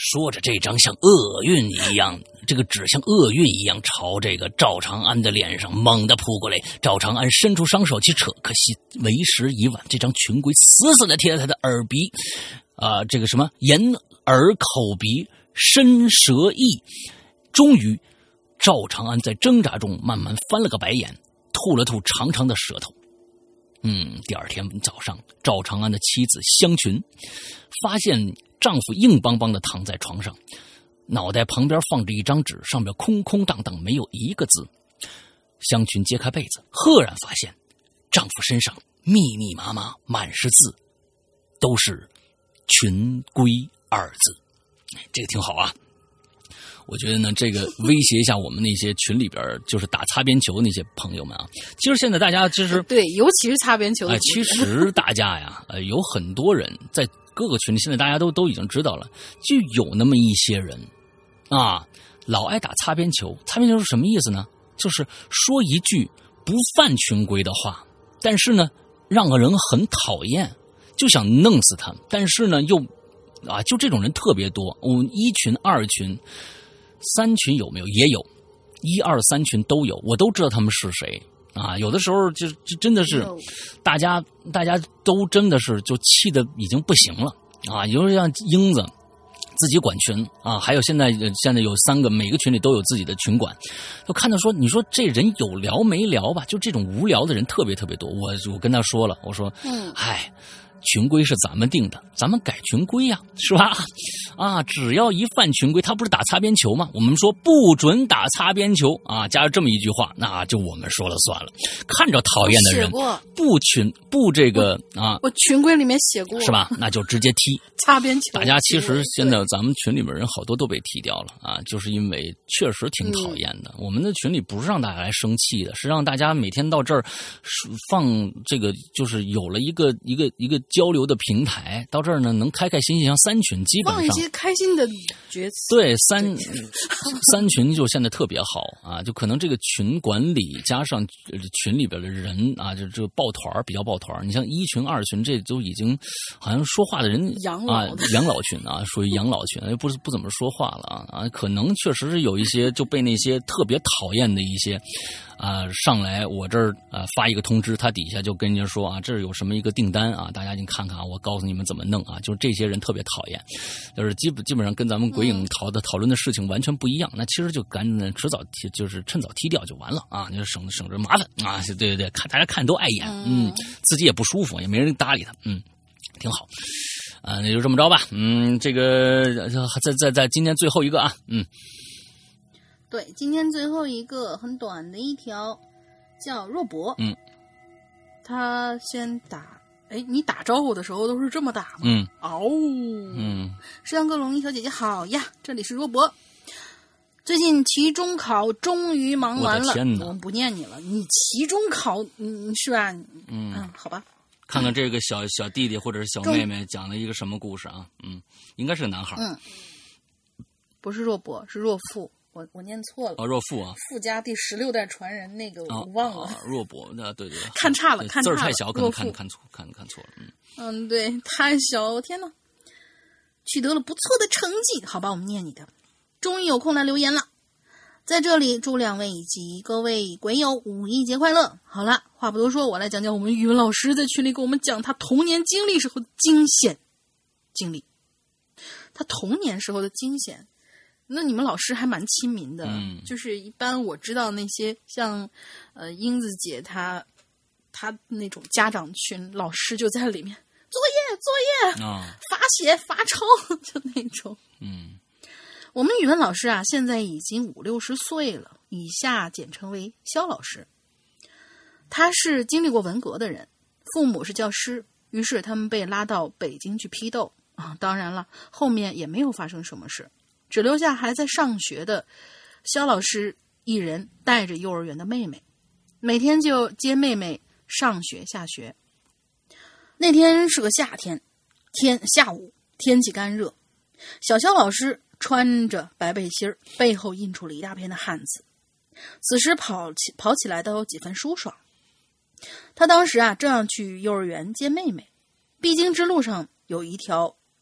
说着，这张像厄运一样，这个纸像厄运一样朝这个赵长安的脸上猛地扑过来。赵长安伸出双手去扯，可惜为时已晚，这张群规死死地贴在他的耳鼻，啊、呃，这个什么眼耳口鼻身舌意。终于，赵长安在挣扎中慢慢翻了个白眼，吐了吐长长的舌头。嗯，第二天早上，赵长安的妻子香群发现丈夫硬邦邦地躺在床上，脑袋旁边放着一张纸，上面空空荡荡，没有一个字。香群揭开被子，赫然发现丈夫身上密密麻麻满是字，都是群规二字。这个挺好啊。我觉得呢，这个威胁一下我们那些群里边就是打擦边球那些朋友们啊。其实现在大家其实对，尤其是擦边球的、 呃。其实大家呀，呃，有很多人在各个群里，现在大家都都已经知道了，就有那么一些人啊，老爱打擦边球。擦边球是什么意思呢？就是说一句不犯群规的话，但是呢，让人很讨厌，就想弄死他，但是呢，又啊，就这种人特别多。我、嗯、一群、二群。三群有没有？也有，一二三群都有，我都知道他们是谁啊。有的时候就就真的是，大家大家都真的是就气得已经不行了啊。有时像英子自己管群啊，还有现在现在有三个，每个群里都有自己的群管，就看到说，你说这人有聊没聊吧？就这种无聊的人特别特别多。我我跟他说了，我说，嗯，哎。群规是咱们定的，咱们改群规呀、啊，是吧？啊，只要一犯群规，他不是打擦边球吗？我们说不准打擦边球啊，加上这么一句话，那就我们说了算了。看着讨厌的人，不群不这个啊， 我群规里面写过， 是吧？那就直接踢擦边球。 大家其实现在咱们群里面人好多都被踢掉了啊，就是因为确实挺讨厌的。嗯、我们的群里不是让大家来生气的，是让大家每天到这儿放这个，就是有了一个一个一个。交流的平台到这儿呢，能开开心心，像三群基本上放一些开心的角色。 对，三三群就现在特别好啊，就可能这个群管理加上群里边的人啊，就这个抱团比较抱团。你像一群、二群，这都已经好像说话的人养老啊，养老群啊，属于养老群，不是不怎么说话了啊啊，可能确实是有一些就被那些特别讨厌的一些。啊，上来我这儿啊发一个通知，他底下就跟人家说啊，这儿有什么一个订单啊，大家你看看啊，我告诉你们怎么弄啊。就是这些人特别讨厌，就是基本基本上跟咱们鬼影讨的讨论的事情完全不一样。那其实就赶紧迟早踢，就是趁早踢掉就完了啊，就省省着麻烦啊。对对对，看大家看都碍眼，嗯，自己也不舒服，也没人搭理他，嗯，挺好。啊，那就这么着吧，嗯，这个在在在今天最后一个啊，嗯。 对，今天最后一个很短的一条，叫若博。 嗯， 他先打，哎，你打招呼的时候都是这么打吗？ 嗯， 哦， 嗯， 山羊哥龙一小姐姐好呀，这里是若博。最近期中考终于忙完了，我们不念你了，你期中考，嗯，是吧？嗯，嗯好吧。 看看这个小小弟弟或者是小妹妹讲了一个什么故事啊？嗯，应该是个男孩。 嗯，不是若博，是若父。我我念错了哦，若父啊， 傅家第十六代传人那个我忘了， 哦哦、若博那对对， 看差了，看差了， 字儿太小，可能看看错，看看错了，嗯嗯，对，太小，天哪，取得了不错的成绩，好吧，我们念你的，终于有空来留言了，在这里祝两位以及各位鬼友五一节快乐。好了，话不多说，我来讲讲我们语文老师在群里跟我们讲他童年经历时候的惊险经历，他童年时候的惊险。那你们老师还蛮亲民的， 嗯， 就是一般我知道那些像，呃，英子姐她，她那种家长群，老师就在里面，作业作业， 啊、哦， 罚写罚抄，就那种。 嗯， 我们语文老师啊，现在已经五六十岁了，以下简称为肖老师。他是经历过文革的人，父母是教师，于是他们被拉到北京去批斗啊。当然了，后面也没有发生什么事。只留下还在上学的肖老师一人带着幼儿园的妹妹，每天就接妹妹上学下学。那天是个夏天，天下午天气干热，小肖老师穿着白背心，背后印出了一大片的汗渍，此时跑起跑起来都有几分舒爽。他当时啊正要去幼儿园接妹妹，必经之路上有一条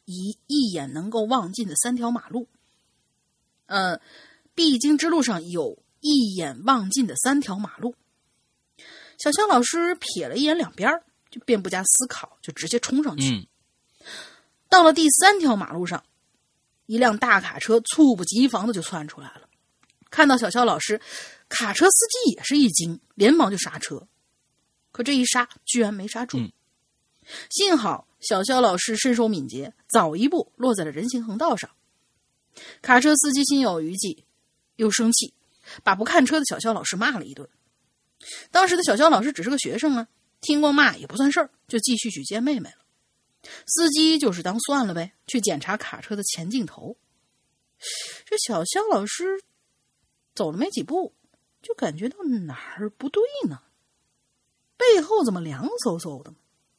一一眼能够望尽的三条马路。呃，必经之路上有一眼望尽的三条马路。小肖老师瞥了一眼两边，就便不加思考，就直接冲上去。 嗯， 到了第三条马路上，一辆大卡车猝不及防的就窜出来了。看到小肖老师，卡车司机也是一惊，连忙就刹车。可这一刹居然没刹住。 嗯、 幸好小肖老师身手敏捷，早一步落在了人行横道上。卡车司机心有余悸，又生气，把不看车的小肖老师骂了一顿。当时的小肖老师只是个学生啊，听过骂也不算事儿，就继续去接妹妹了。司机就是当算了呗，去检查卡车的前镜头。这小肖老师走了没几步，就感觉到哪儿不对呢，背后怎么凉飕飕的？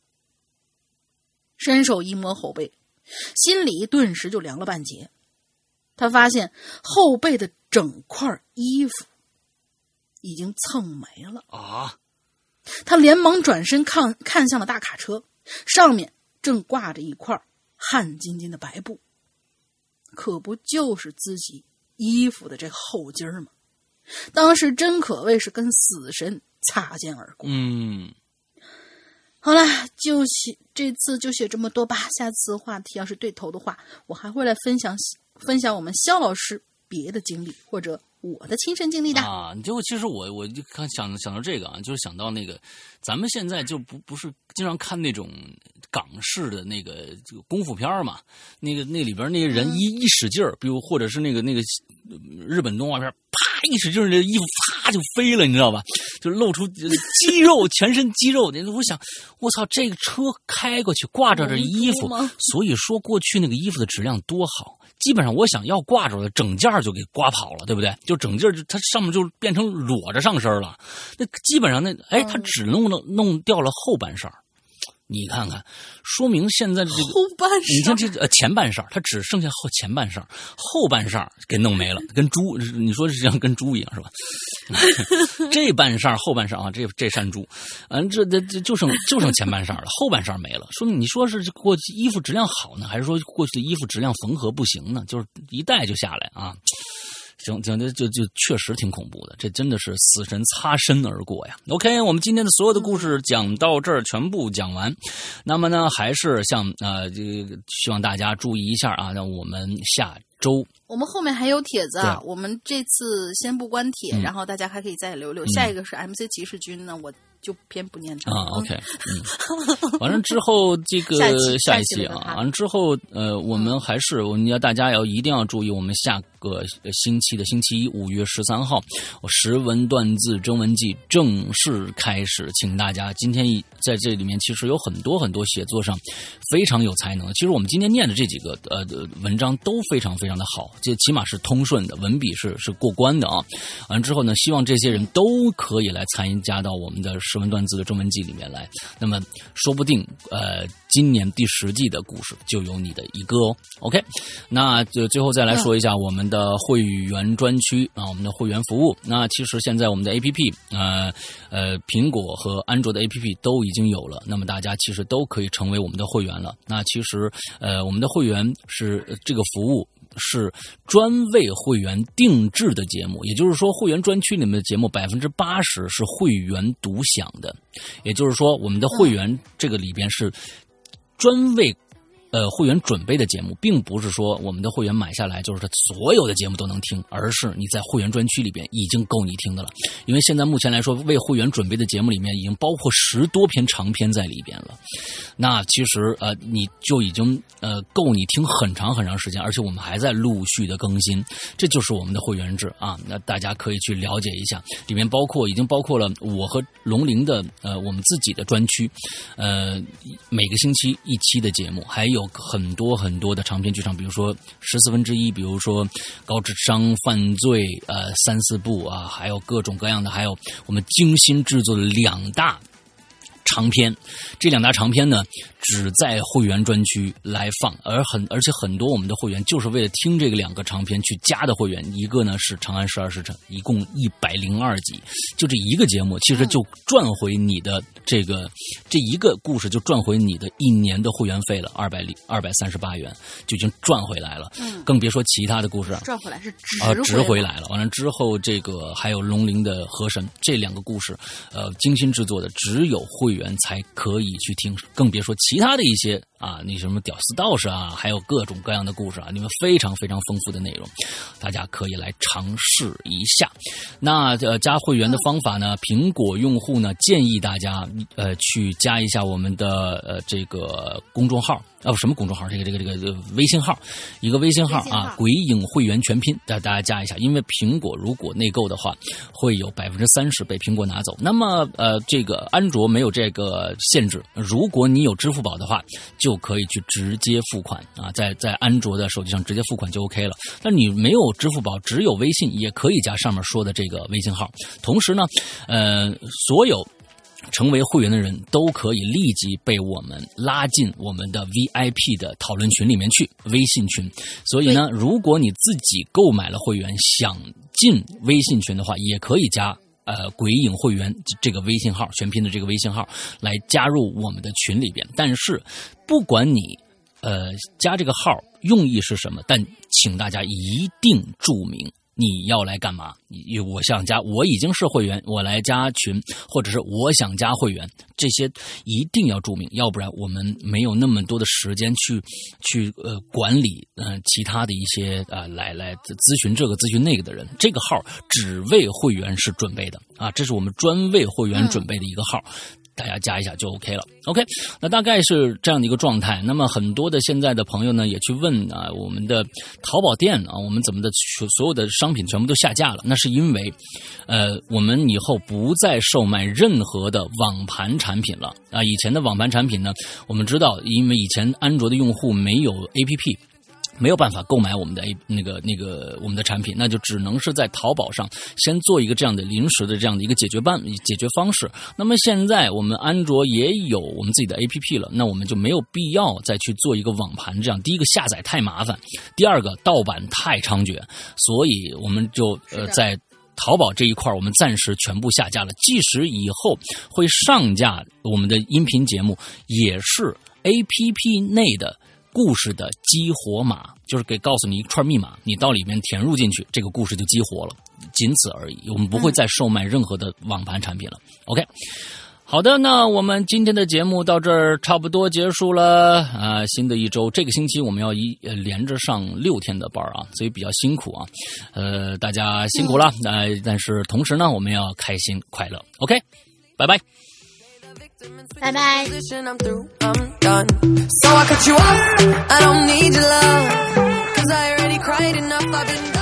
伸手一摸后背，心里顿时就凉了半截。他发现后背的整块衣服已经蹭没了啊！ 他连忙转身看看向了大卡车，上面正挂着一块汗津津的白布，可不就是自己衣服的这后襟吗？当时真可谓是跟死神擦肩而过。 嗯， 好了，就写这次就写这么多吧。下次话题要是对头的话，我还会来分享分享我们肖老师别的经历或者我的亲身经历的啊。就其实我我就看想想到这个啊，就是想到那个咱们现在就不不是经常看那种港式的那个这个功夫片嘛，那个那里边那个人一、嗯、一使劲儿，比如或者是那个那个日本动画片，啪一使劲儿，这衣服啪就飞了，你知道吧？就露出肌肉，全身肌肉。我想，我操，这个车开过去挂着这衣服，所以说过去那个衣服的质量多好。基本上我想要挂着的整件就给刮跑了，对不对？就整件就它上面就变成裸着上身了。那基本上那哎，它只弄了弄掉了后半身。你看看，说明现在的这个后半身， 你看这呃前半身，它只剩下后前半身，后半身给弄没了，跟猪，你说是像跟猪一样是吧？这半身后半身啊，这这山猪，嗯，这这这就剩就剩前半身了，后半身没了。说明你说是过去衣服质量好呢，还是说过去的衣服质量缝合不行呢？就是一带就下来啊。行，讲的就就确实挺恐怖的，这真的是死神擦身而过呀。OK， 我们今天的所有的故事讲到这儿全部讲完，那么呢，还是像呃这个希望大家注意一下啊，那我们下周我们后面还有帖子啊，我们这次先不关帖， 嗯、 然后大家还可以再留留。嗯、下一个是 M C 骑士军呢，我就偏不念成啊。OK， 嗯，完了之后这个下一期啊，完了之后呃，我们还是我们要大家要一定要注意，我们下个星期的星期一五月十三号，我识文断字征文季正式开始，请大家今天在这里面其实有很多很多写作上非常有才能。其实我们今天念的这几个呃文章都非常非常的好，这起码是通顺的，文笔是是过关的啊。完了之后呢，希望这些人都可以来参加到我们的识文断字的征文季里面来。那么说不定呃今年第十季的故事就有你的一个哦。OK， 那就最后再来说一下我们的会员专区啊，我们的会员服务。那其实现在我们的 A P P 呃呃苹果和安卓的 A P P 都已经有了，那么大家其实都可以成为我们的会员了。那其实呃我们的会员是这个服务是专为会员定制的节目，也就是说会员专区里面的节目 百分之八十 是会员独享的，也就是说我们的会员这个里边是专为呃，会员准备的节目，并不是说我们的会员买下来就是他所有的节目都能听，而是你在会员专区里边已经够你听的了。因为现在目前来说，为会员准备的节目里面已经包括十多篇长篇在里边了。那其实呃，你就已经呃够你听很长很长时间，而且我们还在陆续的更新，这就是我们的会员制啊。那大家可以去了解一下，里面包括已经包括了我和龙鳞的呃我们自己的专区，呃每个星期一期的节目，还有很多很多的长篇剧场，比如说十四分之一，比如说高智商犯罪呃三四部啊，还有各种各样的，还有我们精心制作的两大长篇，这两大长篇呢只在会员专区来放，而很而且很多我们的会员就是为了听这个两个长篇去加的会员。一个呢是《长安十二时辰》，一共一百零二集，就这一个节目，其实就赚回你的这个这一个故事就赚回你的一年的会员费了，二百二百三十八元就已经赚回来了。嗯，更别说其他的故事， 赚回来是值啊，值回来了。完了之后，这个还有龙陵的河神这两个故事，呃，精心制作的，只有会员才可以去听，更别说其他的一些啊，那什么屌丝道士啊，还有各种各样的故事啊，你们非常非常丰富的内容，大家可以来尝试一下。那呃，加会员的方法呢，苹果用户呢建议大家呃去加一下我们的呃这个公众号。啊，什么公众号？这个这个这个微信号，一个微信号啊，鬼影会员全拼，大大家加一下。因为苹果如果内购的话，会有百分之三十被苹果拿走。那么呃，这个安卓没有这个限制，如果你有支付宝的话，就可以去直接付款啊，在在安卓的手机上直接付款就 OK 了。但你没有支付宝，只有微信，也可以加上面说的这个微信号。同时呢，呃，所有成为会员的人都可以立即被我们拉进我们的 V I P 的讨论群里面去，微信群。所以呢，如果你自己购买了会员想进微信群的话，也可以加呃鬼影会员这个微信号，全拼的这个微信号来加入我们的群里边。但是不管你呃加这个号用意是什么，但请大家一定注明你要来干嘛？我想加，我已经是会员，我来加群，或者是我想加会员，这些一定要注明，要不然我们没有那么多的时间去去呃管理呃其他的一些呃来来咨询这个咨询那个的人。这个号只为会员是准备的啊，这是我们专为会员准备的一个号。嗯，大家加一下就 OK 了。OK， 那大概是这样的一个状态。那么很多的现在的朋友呢，也去问啊，我们的淘宝店啊，我们怎么的所有的商品全部都下架了？那是因为，呃，我们以后不再售卖任何的网盘产品了啊。以前的网盘产品呢，我们知道，因为以前安卓的用户没有 A P P。没有办法购买我们的 A 那个那个我们的产品，那就只能是在淘宝上先做一个这样的临时的这样的一个解决办解决方式。那么现在我们安卓也有我们自己的 A P P 了，那我们就没有必要再去做一个网盘这样。第一个下载太麻烦，第二个盗版太猖獗，所以我们就呃在淘宝这一块我们暂时全部下架了。即使以后会上架我们的音频节目，也是 A P P 内的故事的激活码，就是给告诉你一串密码，你到里面填入进去，这个故事就激活了，仅此而已。我们不会再售卖任何的网盘产品了。OK， 好的，那我们今天的节目到这儿差不多结束了啊、呃。新的一周，这个星期我们要一呃连着上六天的班啊，所以比较辛苦啊。呃，大家辛苦了。呃，但是同时呢，我们要开心快乐。OK， 拜拜。 拜拜。 So I cut you off, I don't need your love, 'cause I already cried enough, I've been